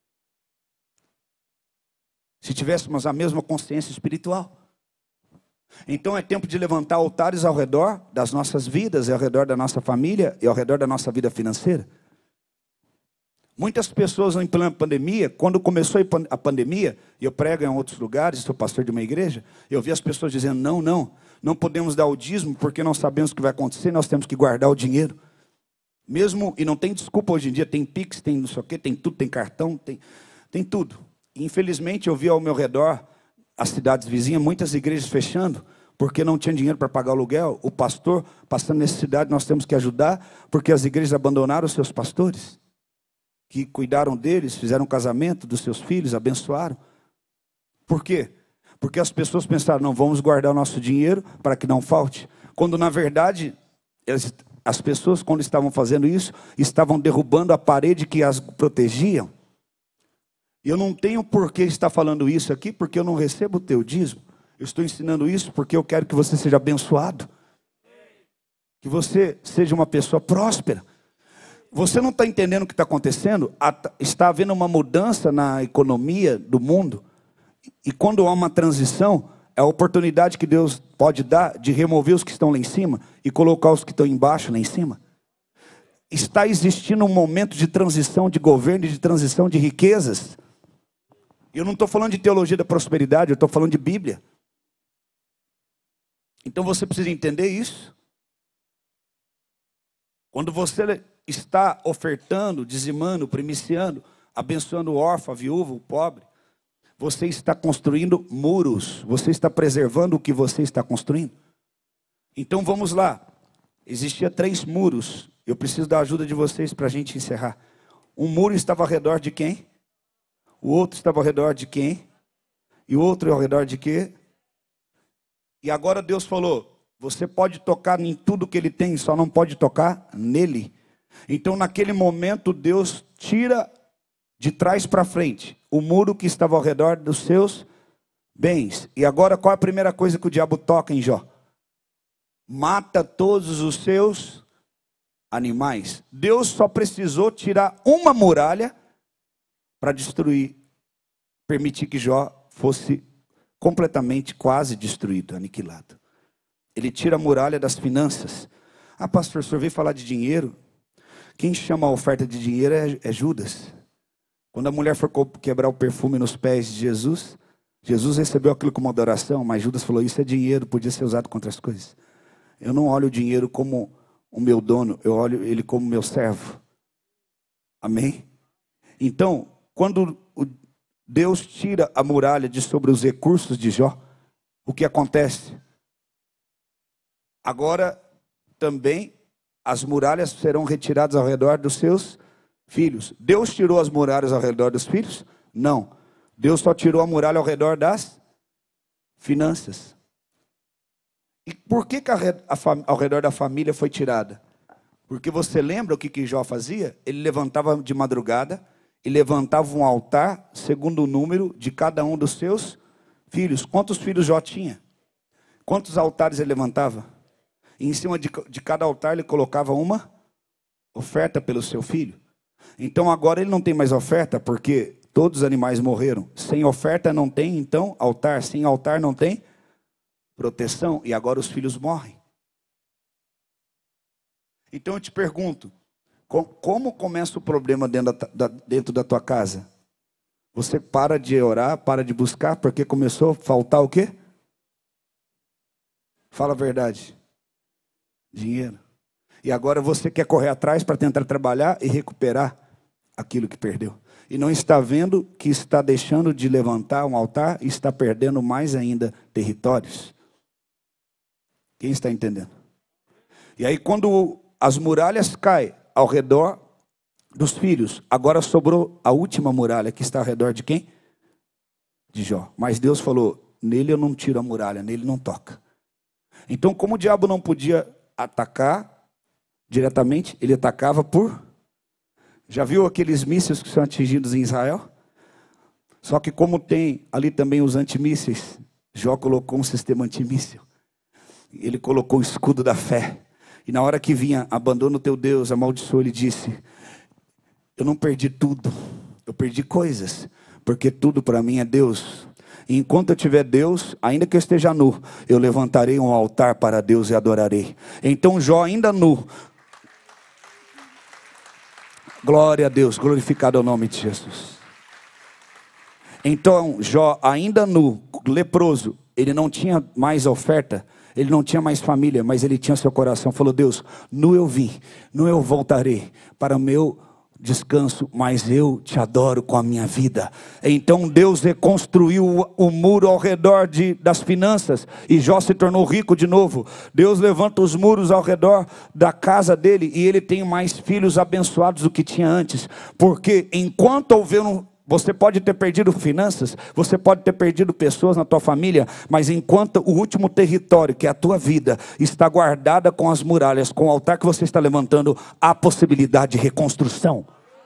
Se tivéssemos a mesma consciência espiritual. Então é tempo de levantar altares ao redor das nossas vidas, ao redor da nossa família e ao redor da nossa vida financeira. Muitas pessoas em plena pandemia, quando começou a pandemia, e eu prego em outros lugares, sou pastor de uma igreja, eu vi as pessoas dizendo, não podemos dar o dízimo porque não sabemos o que vai acontecer, nós temos que guardar o dinheiro. Mesmo, e não tem desculpa hoje em dia, tem Pix, tem não sei o quê, tem tudo, tem cartão, tem tudo. Infelizmente eu vi ao meu redor, as cidades vizinhas, muitas igrejas fechando, porque não tinha dinheiro para pagar o aluguel. O pastor passando necessidade, nós temos que ajudar, porque as igrejas abandonaram os seus pastores, que cuidaram deles, fizeram um casamento dos seus filhos, abençoaram. Por quê? Porque as pessoas pensaram, não, vamos guardar o nosso dinheiro para que não falte. Quando na verdade, as pessoas quando estavam fazendo isso, estavam derrubando a parede que as protegiam. E eu não tenho por que estar falando isso aqui, porque eu não recebo o teu dízimo. Eu estou ensinando isso porque eu quero que você seja abençoado. Que você seja uma pessoa próspera. Você não está entendendo o que está acontecendo? Está havendo uma mudança na economia do mundo. E quando há uma transição, é a oportunidade que Deus pode dar de remover os que estão lá em cima e colocar os que estão embaixo lá em cima. Está existindo um momento de transição de governo e de transição de riquezas. Eu não estou falando de teologia da prosperidade, eu estou falando de Bíblia. Então você precisa entender isso. Quando você está ofertando, dizimando, primiciando, abençoando o órfão, a viúva, o pobre, você está construindo muros, você está preservando o que você está construindo. Então vamos lá. Existia 3 muros. Eu preciso da ajuda de vocês para a gente encerrar. Um muro estava ao redor de quem? O outro estava ao redor de quem? E o outro ao redor de quê? E agora Deus falou, você pode tocar em tudo que ele tem, só não pode tocar nele. Então naquele momento Deus tira de trás para frente o muro que estava ao redor dos seus bens. E agora qual é a primeira coisa que o diabo toca em Jó? Mata todos os seus animais. Deus só precisou tirar uma muralha para destruir, permitir que Jó fosse completamente quase destruído, aniquilado. Ele tira a muralha das finanças. Ah, pastor, o senhor veio falar de dinheiro? Quem chama a oferta de dinheiro é Judas. Quando a mulher foi quebrar o perfume nos pés de Jesus, Jesus recebeu aquilo como adoração, mas Judas falou, isso é dinheiro, podia ser usado contra as coisas. Eu não olho o dinheiro como o meu dono, eu olho ele como meu servo. Amém? Então, quando Deus tira a muralha de sobre os recursos de Jó, o que acontece? Agora também as muralhas serão retiradas ao redor dos seus filhos. Deus tirou as muralhas ao redor dos filhos? Não. Deus só tirou a muralha ao redor das finanças. E por que ao redor da família foi tirada? Porque você lembra o que Jó fazia? Ele levantava de madrugada e levantava um altar segundo o número de cada um dos seus filhos. Quantos filhos Jó tinha? Quantos altares ele levantava? E em cima de cada altar ele colocava uma oferta pelo seu filho. Então agora ele não tem mais oferta, porque todos os animais morreram. Sem oferta não tem, então, altar. Sem altar não tem proteção. E agora os filhos morrem. Então eu te pergunto, como começa o problema dentro da tua casa? Você para de orar, para de buscar, porque começou a faltar o quê? Fala a verdade. Dinheiro. E agora você quer correr atrás para tentar trabalhar e recuperar aquilo que perdeu. E não está vendo que está deixando de levantar um altar e está perdendo mais ainda territórios. Quem está entendendo? E aí quando as muralhas caem ao redor dos filhos, agora sobrou a última muralha que está ao redor de quem? De Jó. Mas Deus falou, nele eu não tiro a muralha, nele não toca. Então como o diabo não podia atacar diretamente, ele atacava por... Já viu aqueles mísseis que são atingidos em Israel? Só que como tem ali também os antimísseis, Jó colocou um sistema antimíssil. Ele colocou o escudo da fé. E na hora que vinha, abandona o teu Deus, amaldiçoou, ele disse, eu não perdi tudo, eu perdi coisas, porque tudo para mim é Deus. E enquanto eu tiver Deus, ainda que eu esteja nu, eu levantarei um altar para Deus e adorarei. Então Jó ainda nu, glória a Deus, glorificado é o nome de Jesus. Então Jó ainda nu, leproso, ele não tinha mais oferta, ele não tinha mais família, mas ele tinha seu coração. Falou, Deus, nu eu vim, nu eu voltarei para o meu descanso, mas eu te adoro com a minha vida. Então Deus reconstruiu o muro ao redor das finanças, e Jó se tornou rico de novo. Deus levanta os muros ao redor da casa dele, e ele tem mais filhos abençoados do que tinha antes. Porque enquanto houver você pode ter perdido finanças, você pode ter perdido pessoas na tua família, mas enquanto o último território, que é a tua vida, está guardada com as muralhas, com o altar que você está levantando, há possibilidade de reconstrução.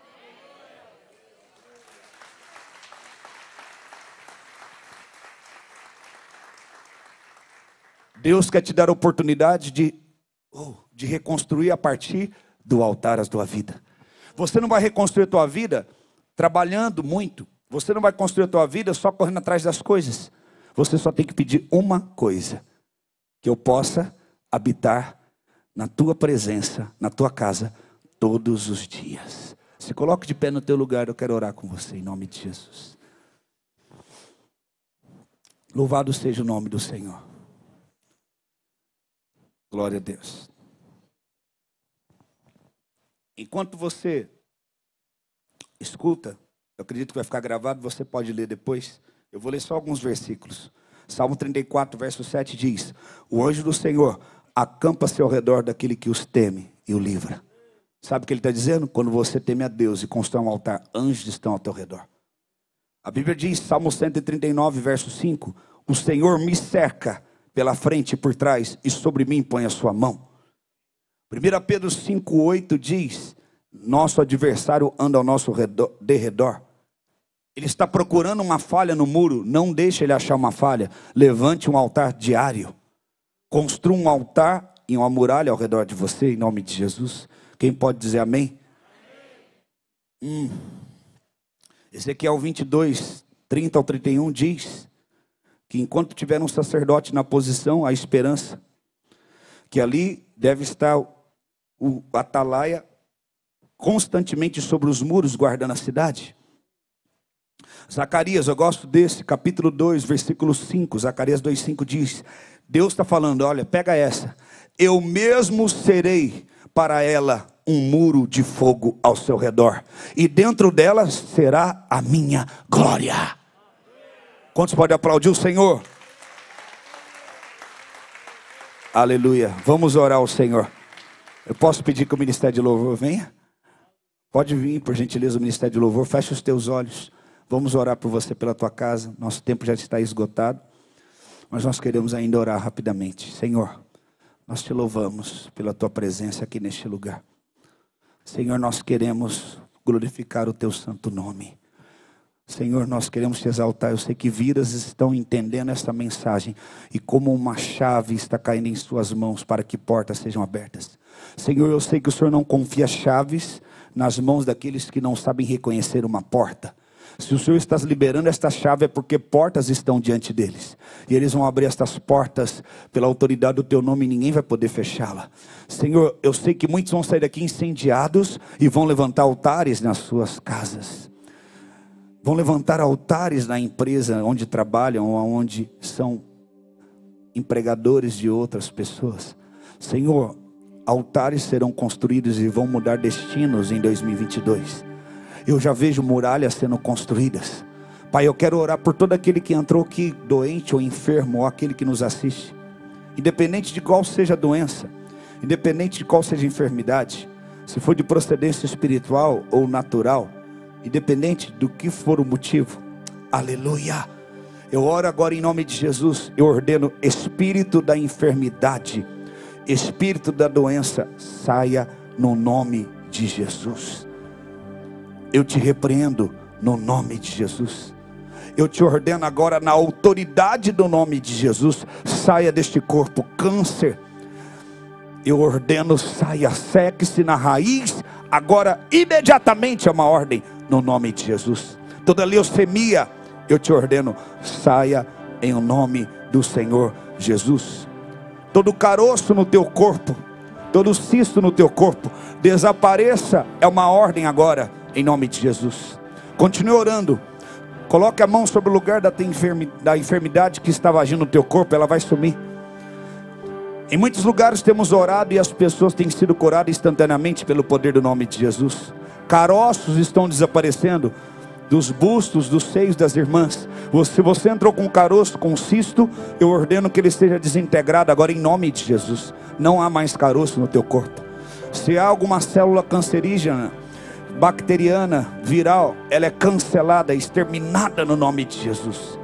Deus quer te dar a oportunidade de reconstruir a partir do altar a tua vida. Você não vai reconstruir a tua vida trabalhando muito. Você não vai construir a tua vida só correndo atrás das coisas. Você só tem que pedir uma coisa: que eu possa habitar na tua presença, na tua casa, todos os dias. Se coloque de pé no teu lugar, eu quero orar com você em nome de Jesus. Louvado seja o nome do Senhor. Glória a Deus. Enquanto você escuta, eu acredito que vai ficar gravado, você pode ler depois. Eu vou ler só alguns versículos. Salmo 34, verso 7 diz: o anjo do Senhor acampa-se ao redor daquele que os teme e o livra. Sabe o que ele está dizendo? Quando você teme a Deus e constrói um altar, anjos estão ao teu redor. A Bíblia diz, Salmo 139, verso 5: o Senhor me cerca pela frente e por trás, e sobre mim põe a sua mão. 1 Pedro 5,8 diz: nosso adversário anda ao nosso derredor. Ele está procurando uma falha no muro. Não deixe ele achar uma falha. Levante um altar diário. Construa um altar e uma muralha ao redor de você, em nome de Jesus. Quem pode dizer amém? Ezequiel 22, 30 ao 31 diz que enquanto tiver um sacerdote na posição, há esperança. Que ali deve estar o atalaia constantemente sobre os muros, guardando a cidade. Zacarias, eu gosto desse, capítulo 2, versículo 5, Zacarias 2,5 diz, Deus está falando, olha, pega essa, eu mesmo serei para ela um muro de fogo ao seu redor, e dentro dela será a minha glória. Quantos podem aplaudir o Senhor? Aleluia, vamos orar ao Senhor. Eu posso pedir que o Ministério de Louvor venha? Pode vir, por gentileza, o Ministério de Louvor, fecha os teus olhos. Vamos orar por você, pela tua casa. Nosso tempo já está esgotado, mas nós queremos ainda orar rapidamente. Senhor, nós te louvamos pela tua presença aqui neste lugar. Senhor, nós queremos glorificar o teu santo nome. Senhor, nós queremos te exaltar. Eu sei que vidas estão entendendo esta mensagem e como uma chave está caindo em suas mãos para que portas sejam abertas. Senhor, eu sei que o Senhor não confia chaves nas mãos daqueles que não sabem reconhecer uma porta. Se o Senhor está liberando esta chave é porque portas estão diante deles. E eles vão abrir estas portas pela autoridade do teu nome e ninguém vai poder fechá-la. Senhor, eu sei que muitos vão sair daqui incendiados e vão levantar altares nas suas casas. Vão levantar altares na empresa onde trabalham ou onde são empregadores de outras pessoas. Senhor, altares serão construídos e vão mudar destinos em 2022. Eu já vejo muralhas sendo construídas. Pai, eu quero orar por todo aquele que entrou aqui doente ou enfermo, ou aquele que nos assiste. Independente de qual seja a doença, independente de qual seja a enfermidade, se for de procedência espiritual ou natural, independente do que for o motivo. Aleluia. Eu oro agora em nome de Jesus. Eu ordeno espírito da enfermidade, espírito da doença, saia no nome de Jesus. Eu te repreendo no nome de Jesus. Eu te ordeno agora na autoridade do nome de Jesus, saia deste corpo câncer. Eu ordeno, saia, seque-se na raiz, agora imediatamente é uma ordem no nome de Jesus. Toda leucemia, eu te ordeno, saia em nome do Senhor Jesus. Todo caroço no teu corpo, todo cisto no teu corpo, desapareça, é uma ordem agora em nome de Jesus. Continue orando. Coloque a mão sobre o lugar da enfermidade que estava agindo no teu corpo, ela vai sumir. Em muitos lugares temos orado e as pessoas têm sido curadas instantaneamente pelo poder do nome de Jesus. Caroços estão desaparecendo dos bustos, dos seios das irmãs. Se você entrou com caroço, com cisto, eu ordeno que ele seja desintegrado agora em nome de Jesus. Não há mais caroço no teu corpo. Se há alguma célula cancerígena, bacteriana, viral, ela é cancelada, exterminada no nome de Jesus.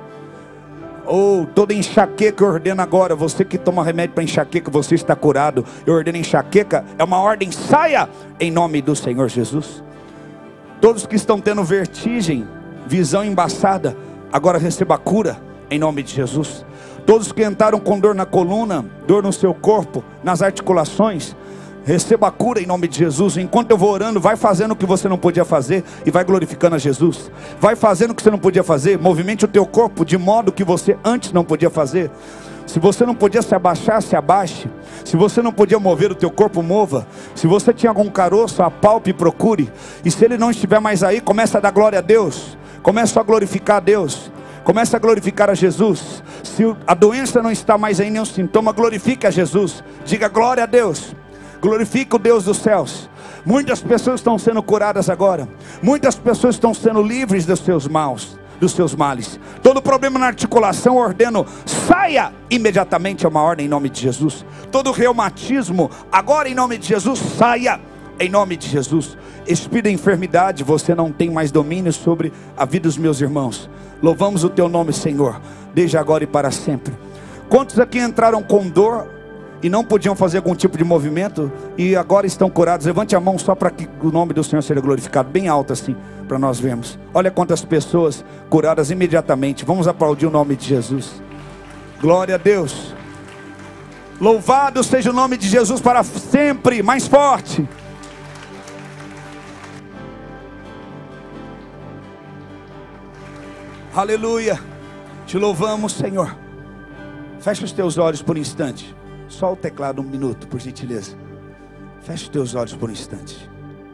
Toda enxaqueca eu ordeno agora. Você que toma remédio para enxaqueca, você está curado. Eu ordeno enxaqueca, é uma ordem, saia em nome do Senhor Jesus. Todos que estão tendo vertigem, visão embaçada, agora receba a cura em nome de Jesus. Todos que entraram com dor na coluna, dor no seu corpo, nas articulações, receba a cura em nome de Jesus. Enquanto eu vou orando, vai fazendo o que você não podia fazer e vai glorificando a Jesus. Vai fazendo o que você não podia fazer. Movimente o teu corpo de modo que você antes não podia fazer. Se você não podia se abaixar, se abaixe. Se você não podia mover o teu corpo, mova. Se você tinha algum caroço, apalpe e procure. E se ele não estiver mais aí, comece a dar glória a Deus. Comece a glorificar a Deus. Comece a glorificar a Jesus. Se a doença não está mais aí, nem o sintoma, glorifique a Jesus. Diga glória a Deus. Glorifica o Deus dos céus. Muitas pessoas estão sendo curadas agora. Muitas pessoas estão sendo livres dos seus males. Todo problema na articulação, ordeno, saia imediatamente, é uma ordem em nome de Jesus. Todo reumatismo, agora em nome de Jesus, saia em nome de Jesus. Espírito da enfermidade, você não tem mais domínio sobre a vida dos meus irmãos. Louvamos o teu nome, Senhor, desde agora e para sempre. Quantos aqui entraram com dor e não podiam fazer algum tipo de movimento e agora estão curados? Levante a mão só para que o nome do Senhor seja glorificado, bem alto assim, para nós vermos. Olha quantas pessoas curadas imediatamente. Vamos aplaudir o nome de Jesus. Glória a Deus. Louvado seja o nome de Jesus para sempre. Mais forte. Aleluia. Te louvamos, Senhor. Fecha os teus olhos por um instante. Só o teclado, um minuto, por gentileza. Fecha os teus olhos por um instante.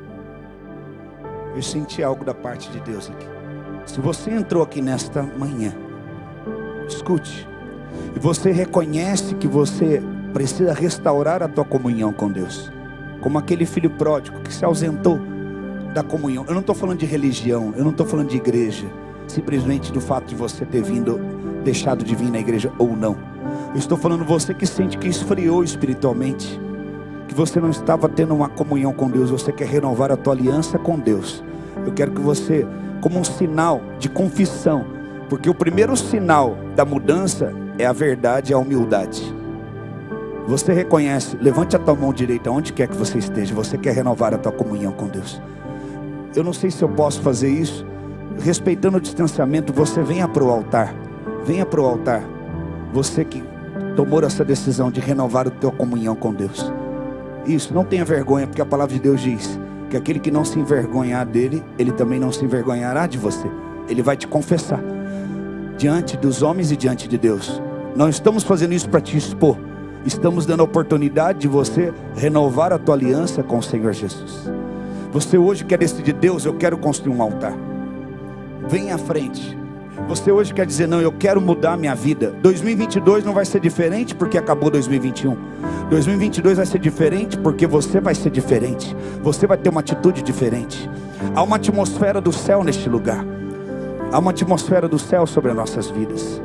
Eu senti algo da parte de Deus aqui. Se você entrou aqui nesta manhã, escute. E você reconhece que você precisa restaurar a tua comunhão com Deus. Como aquele filho pródigo que se ausentou da comunhão. Eu não estou falando de religião, eu não estou falando de igreja. Simplesmente do fato de você ter deixado de vir na igreja ou não. Eu estou falando você que sente que esfriou espiritualmente, que você não estava tendo uma comunhão com Deus. Você quer renovar a tua aliança com Deus. Eu quero que você, como um sinal de confissão, porque o primeiro sinal da mudança é a verdade e a humildade. Você reconhece, levante a tua mão direita onde quer que você esteja. Você quer renovar a tua comunhão com Deus. Eu não sei se eu posso fazer isso. Respeitando o distanciamento, você venha para o altar. Venha para o altar. Você que tomou essa decisão de renovar a tua comunhão com Deus. Isso, não tenha vergonha, porque a palavra de Deus diz que aquele que não se envergonhar dele, ele também não se envergonhará de você. Ele vai te confessar diante dos homens e diante de Deus. Não estamos fazendo isso para te expor. Estamos dando a oportunidade de você renovar a tua aliança com o Senhor Jesus. Você hoje quer decidir: Deus, eu quero construir um altar. Vem à frente. Você hoje quer dizer: não, eu quero mudar a minha vida. 2022 não vai ser diferente porque acabou 2021. 2022 vai ser diferente porque você vai ser diferente. Você vai ter uma atitude diferente. Há uma atmosfera do céu neste lugar. Há uma atmosfera do céu sobre as nossas vidas.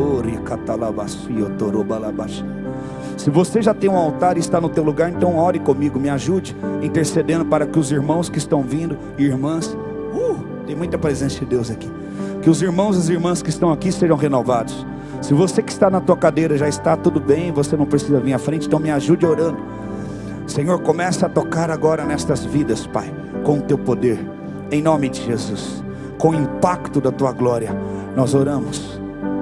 Se você já tem um altar e está no teu lugar, então ore comigo, me ajude intercedendo para que os irmãos que estão vindo e irmãs, tem muita presença de Deus aqui, que os irmãos e as irmãs que estão aqui sejam renovados. Se você que está na tua cadeira já está tudo bem, você não precisa vir à frente, então me ajude orando. Senhor, começa a tocar agora nestas vidas, Pai, com o teu poder, em nome de Jesus, com o impacto da tua glória, nós oramos.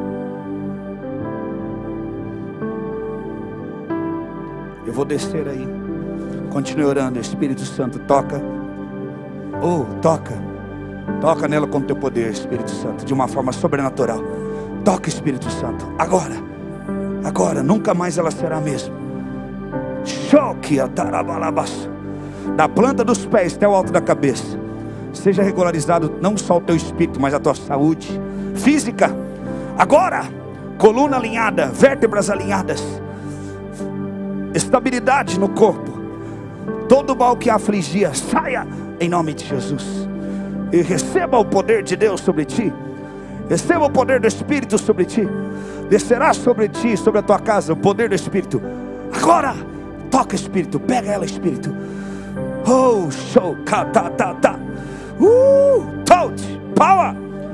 Eu vou descer aí. Continue orando. Espírito Santo, toca. Toca nela com o teu poder, Espírito Santo, de uma forma sobrenatural. Toca, Espírito Santo. Agora, nunca mais ela será a mesma. Choque a tarabalabas. Da planta dos pés até o alto da cabeça. Seja regularizado não só o teu espírito, mas a tua saúde física. Agora, coluna alinhada, vértebras alinhadas, estabilidade no corpo. Todo mal que a afligia, saia em nome de Jesus. E receba o poder de Deus sobre ti. Receba o poder do Espírito sobre ti. Descerá sobre ti, sobre a tua casa, o poder do Espírito. Agora, toca, Espírito. Pega ela, Espírito. Show, touch, power.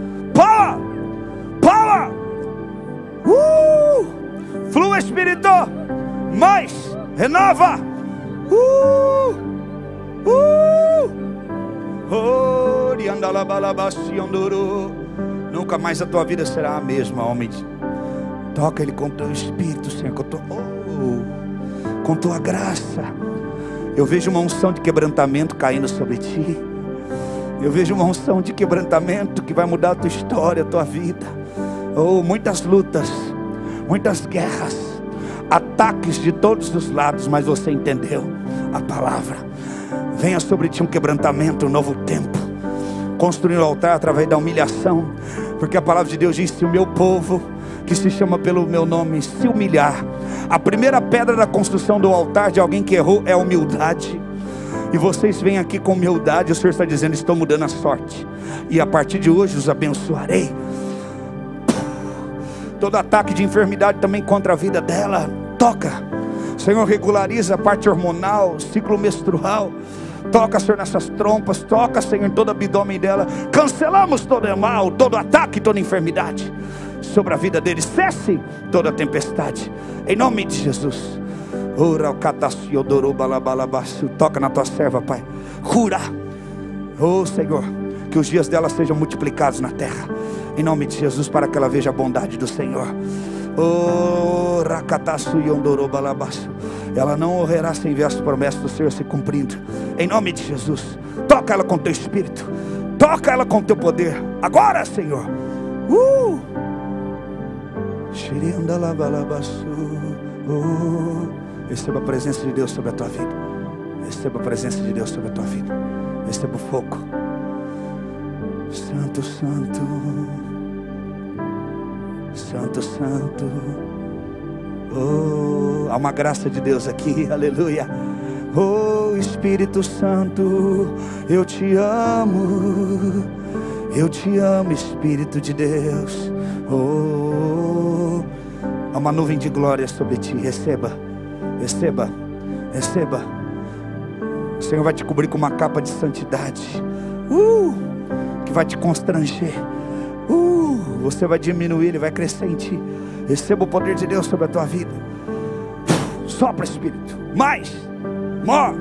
Flua, Espírito. Mais, renova. Nunca mais a tua vida será a mesma, homem. Toca ele com teu espírito, Senhor, com tua graça. Eu vejo uma unção de quebrantamento caindo sobre ti. Eu vejo uma unção de quebrantamento que vai mudar a tua história, a tua vida. Muitas lutas, muitas guerras, ataques de todos os lados, mas você entendeu a palavra. Venha sobre ti um quebrantamento, um novo tempo. Construir o altar através da humilhação, porque a palavra de Deus diz: se o meu povo, que se chama pelo meu nome, se humilhar. A primeira pedra da construção do altar de alguém que errou é a humildade. E vocês vêm aqui com humildade. O Senhor está dizendo: estou mudando a sorte, e a partir de hoje os abençoarei. Todo ataque de enfermidade também contra a vida dela, toca, Senhor, regulariza a parte hormonal, ciclo menstrual. Toca, Senhor, nessas trompas. Toca, Senhor, em todo o abdômen dela. Cancelamos todo o mal, todo ataque, toda enfermidade. sobre a vida deles. Cesse toda tempestade, em nome de Jesus. Toca na tua serva, Pai. Cura, oh Senhor, que os dias dela sejam multiplicados na terra, em nome de Jesus, para que ela veja a bondade do Senhor. Oh, ela não morrerá sem ver as promessas do Senhor se cumprindo, em nome de Jesus. Toca ela com teu espírito, toca ela com teu poder, agora, Senhor. Receba a presença de Deus sobre a tua vida. Receba a presença de Deus sobre a tua vida. Receba o fogo. Santo, santo, santo, santo. Oh, há uma graça de Deus aqui, aleluia. Oh, Espírito Santo, eu te amo, Espírito de Deus. Oh, há uma nuvem de glória sobre ti. Receba, receba, receba. O Senhor vai te cobrir com uma capa de santidade, que vai te constranger. Você vai diminuir, Ele vai crescer em ti. Receba o poder de Deus sobre a tua vida. Sopra, Espírito, mais, more.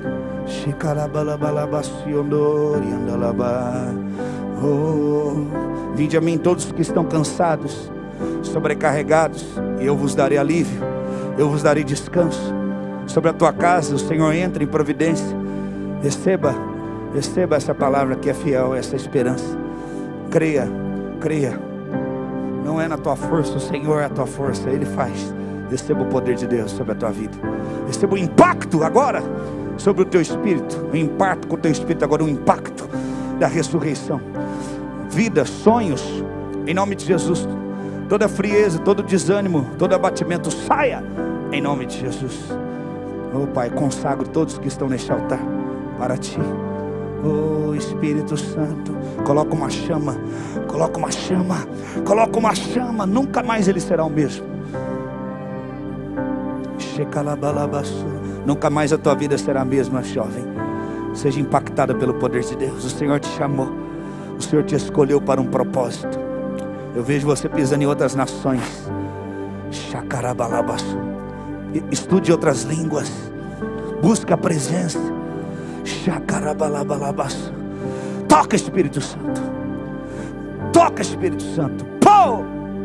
Vinde a mim todos que estão cansados, sobrecarregados, e eu vos darei alívio, eu vos darei descanso. Sobre a tua casa o Senhor entra em providência. Receba, receba essa palavra que é fiel, essa esperança. Creia, creia. Não é na tua força, o Senhor é a tua força, Ele faz. Receba o poder de Deus sobre a tua vida. Receba o impacto agora sobre o teu espírito. O impacto com o teu espírito agora, o impacto da ressurreição. Vida, sonhos, em nome de Jesus. Toda frieza, todo desânimo, todo abatimento, saia em nome de Jesus. Oh Pai, consagro todos que estão neste altar para ti. Oh Espírito Santo, coloca uma chama, coloca uma chama, coloca uma chama. Nunca mais ele será o mesmo. Nunca mais a tua vida será a mesma, jovem. Seja impactada pelo poder de Deus. O Senhor te chamou, o Senhor te escolheu para um propósito. Eu vejo você pisando em outras nações. Estude outras línguas. Busque a presença. Toca, Espírito Santo. Toca, Espírito Santo. Pô!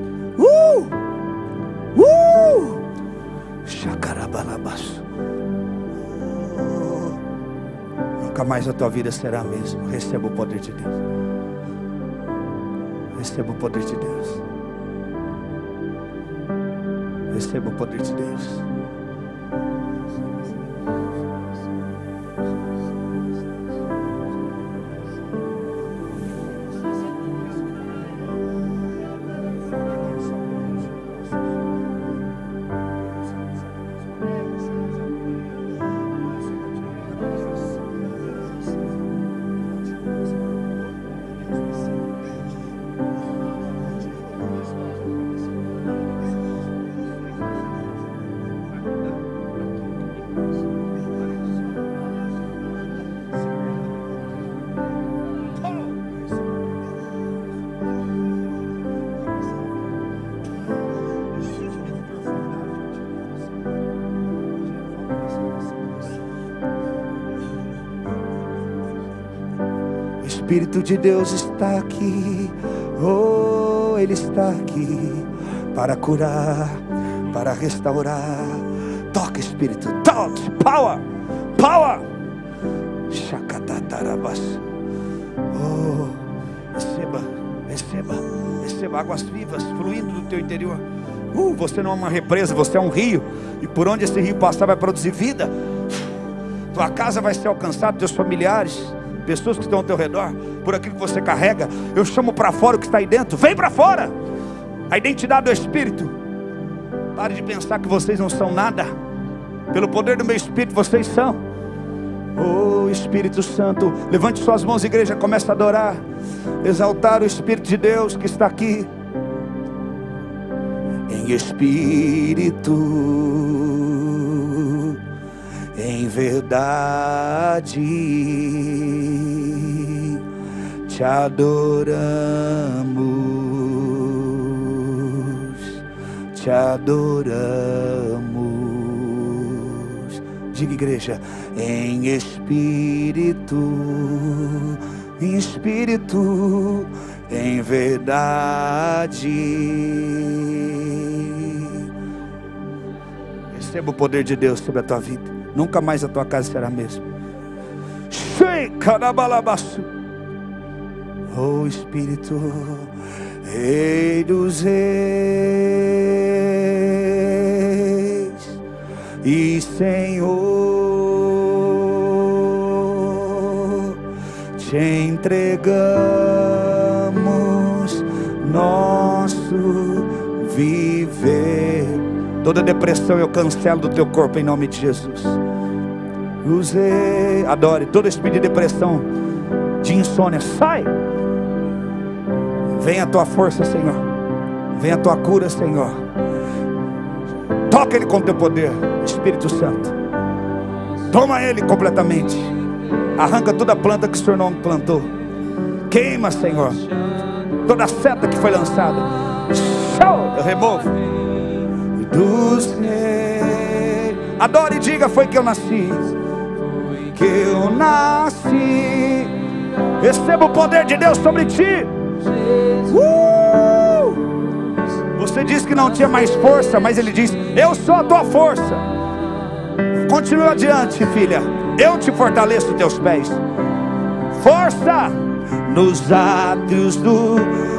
Nunca mais a tua vida será a mesma. Receba o poder de Deus. Receba o poder de Deus. Receba o poder de Deus. O Espírito de Deus está aqui. Oh, Ele está aqui para curar, para restaurar. Toca, Espírito, toque, power, power. Oh, receba, receba, receba águas vivas fluindo do teu interior. Você não é uma represa, você é um rio, e por onde esse rio passar vai produzir vida. Tua casa vai ser alcançada, teus familiares, pessoas que estão ao teu redor, por aquilo que você carrega. Eu chamo para fora o que está aí dentro. Vem para fora. A identidade do Espírito. Pare de pensar que vocês não são nada. Pelo poder do meu Espírito vocês são. Oh Espírito Santo, levante suas mãos, igreja, comece a adorar, exaltar o Espírito de Deus que está aqui. Em espírito, em verdade, te adoramos. te adoramos. Diga, igreja, em espírito, em verdade. Receba o poder de Deus sobre a tua vida. Nunca mais a tua casa será a mesma. Oh Espírito, Rei dos Reis e Senhor, te entregamos nosso viver. Toda depressão eu cancelo do teu corpo em nome de Jesus. Usei, adore. Todo espírito de depressão, de insônia, sai. Vem a tua força, Senhor. Vem a tua cura, Senhor. Toca Ele com teu poder, Espírito Santo. Toma Ele completamente. Arranca toda a planta que o Senhor não plantou. Queima, Senhor, toda a seta que foi lançada. Eu removo. Dos reis. Adore e diga: foi que eu nasci. Que eu nasci. Receba o poder de Deus sobre ti. Você disse que não tinha mais força, mas Ele diz: eu sou a tua força. Continua adiante, filha. Eu te fortaleço teus pés. Força nos átrios do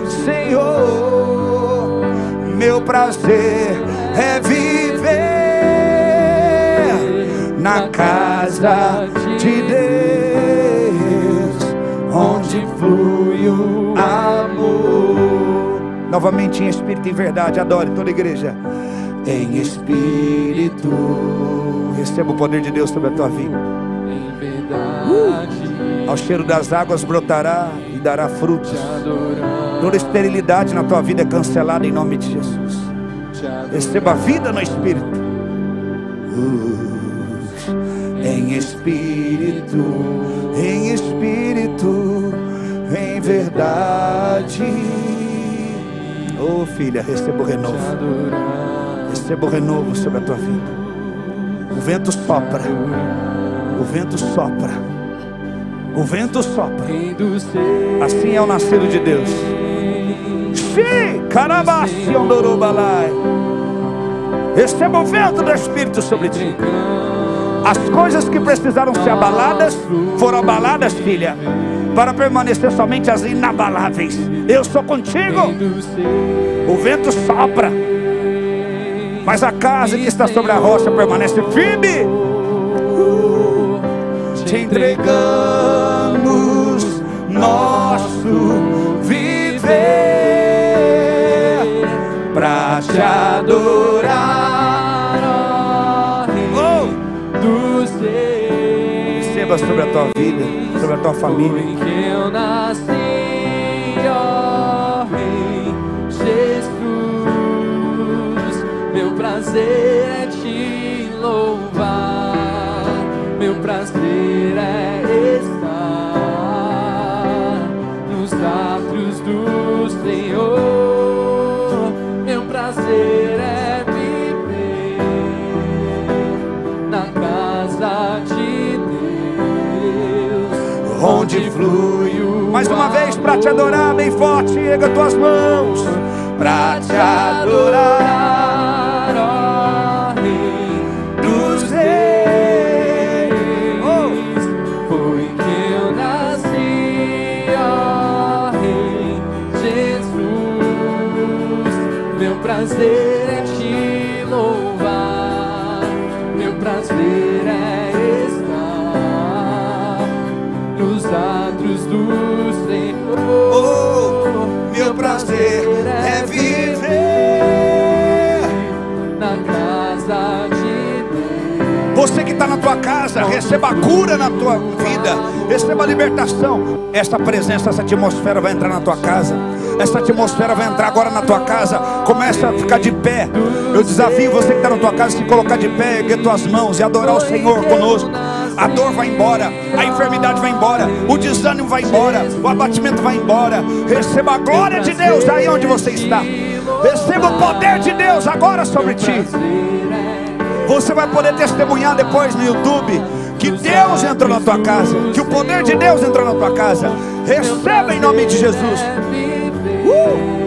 Senhor. Meu prazer é viver na casa de Deus, onde flui o amor. Novamente em espírito e em verdade. Adore toda a igreja. Em espírito. Receba o poder de Deus sobre a tua vida. Em verdade. Ao cheiro das águas brotará e dará frutos. Toda esterilidade na tua vida é cancelada em nome de Jesus. Receba a vida no espírito. Em espírito, em espírito, em verdade. Oh filha, receba o renovo. Receba o renovo sobre a tua vida. O vento sopra. O vento sopra. O vento sopra. Assim é o nascido de Deus. Receba o vento do Espírito sobre ti. As coisas que precisaram ser abaladas foram abaladas, filha, para permanecer somente as inabaláveis. Eu sou contigo. O vento sopra, mas a casa que está sobre a rocha permanece firme. Te entregamos nosso viver pra te adorar. Receba sobre a tua vida, sobre a tua família. Que eu nasci, ó Rei Jesus. Meu prazer é te louvar. Meu prazer é estar nos átrios do Senhor. Meu prazer é viver na casa de Deus, onde flui o mais uma vez para te adorar bem forte. Erga tuas mãos para te adorar, ó Rei dos Reis. Foi que eu nasci, ó Rei Jesus. Meu prazer é te louvar. Meu prazer é estar nos átrios do Senhor. Meu prazer é viver na casa de Deus. Você que está na tua casa, receba a cura na tua vida, receba a libertação. Essa presença, essa atmosfera vai entrar na tua casa. Essa atmosfera vai entrar agora na tua casa. Começa a ficar de pé. Eu desafio você que está na tua casa, se colocar de pé, erguer tuas mãos e adorar o Senhor conosco. A dor vai embora, a enfermidade vai embora, o desânimo vai embora, o abatimento vai embora. Receba a glória de Deus aí onde você está. Receba o poder de Deus agora sobre ti. Você vai poder testemunhar depois no YouTube que Deus entrou na tua casa, que o poder de Deus entrou na tua casa. Receba em nome de Jesus.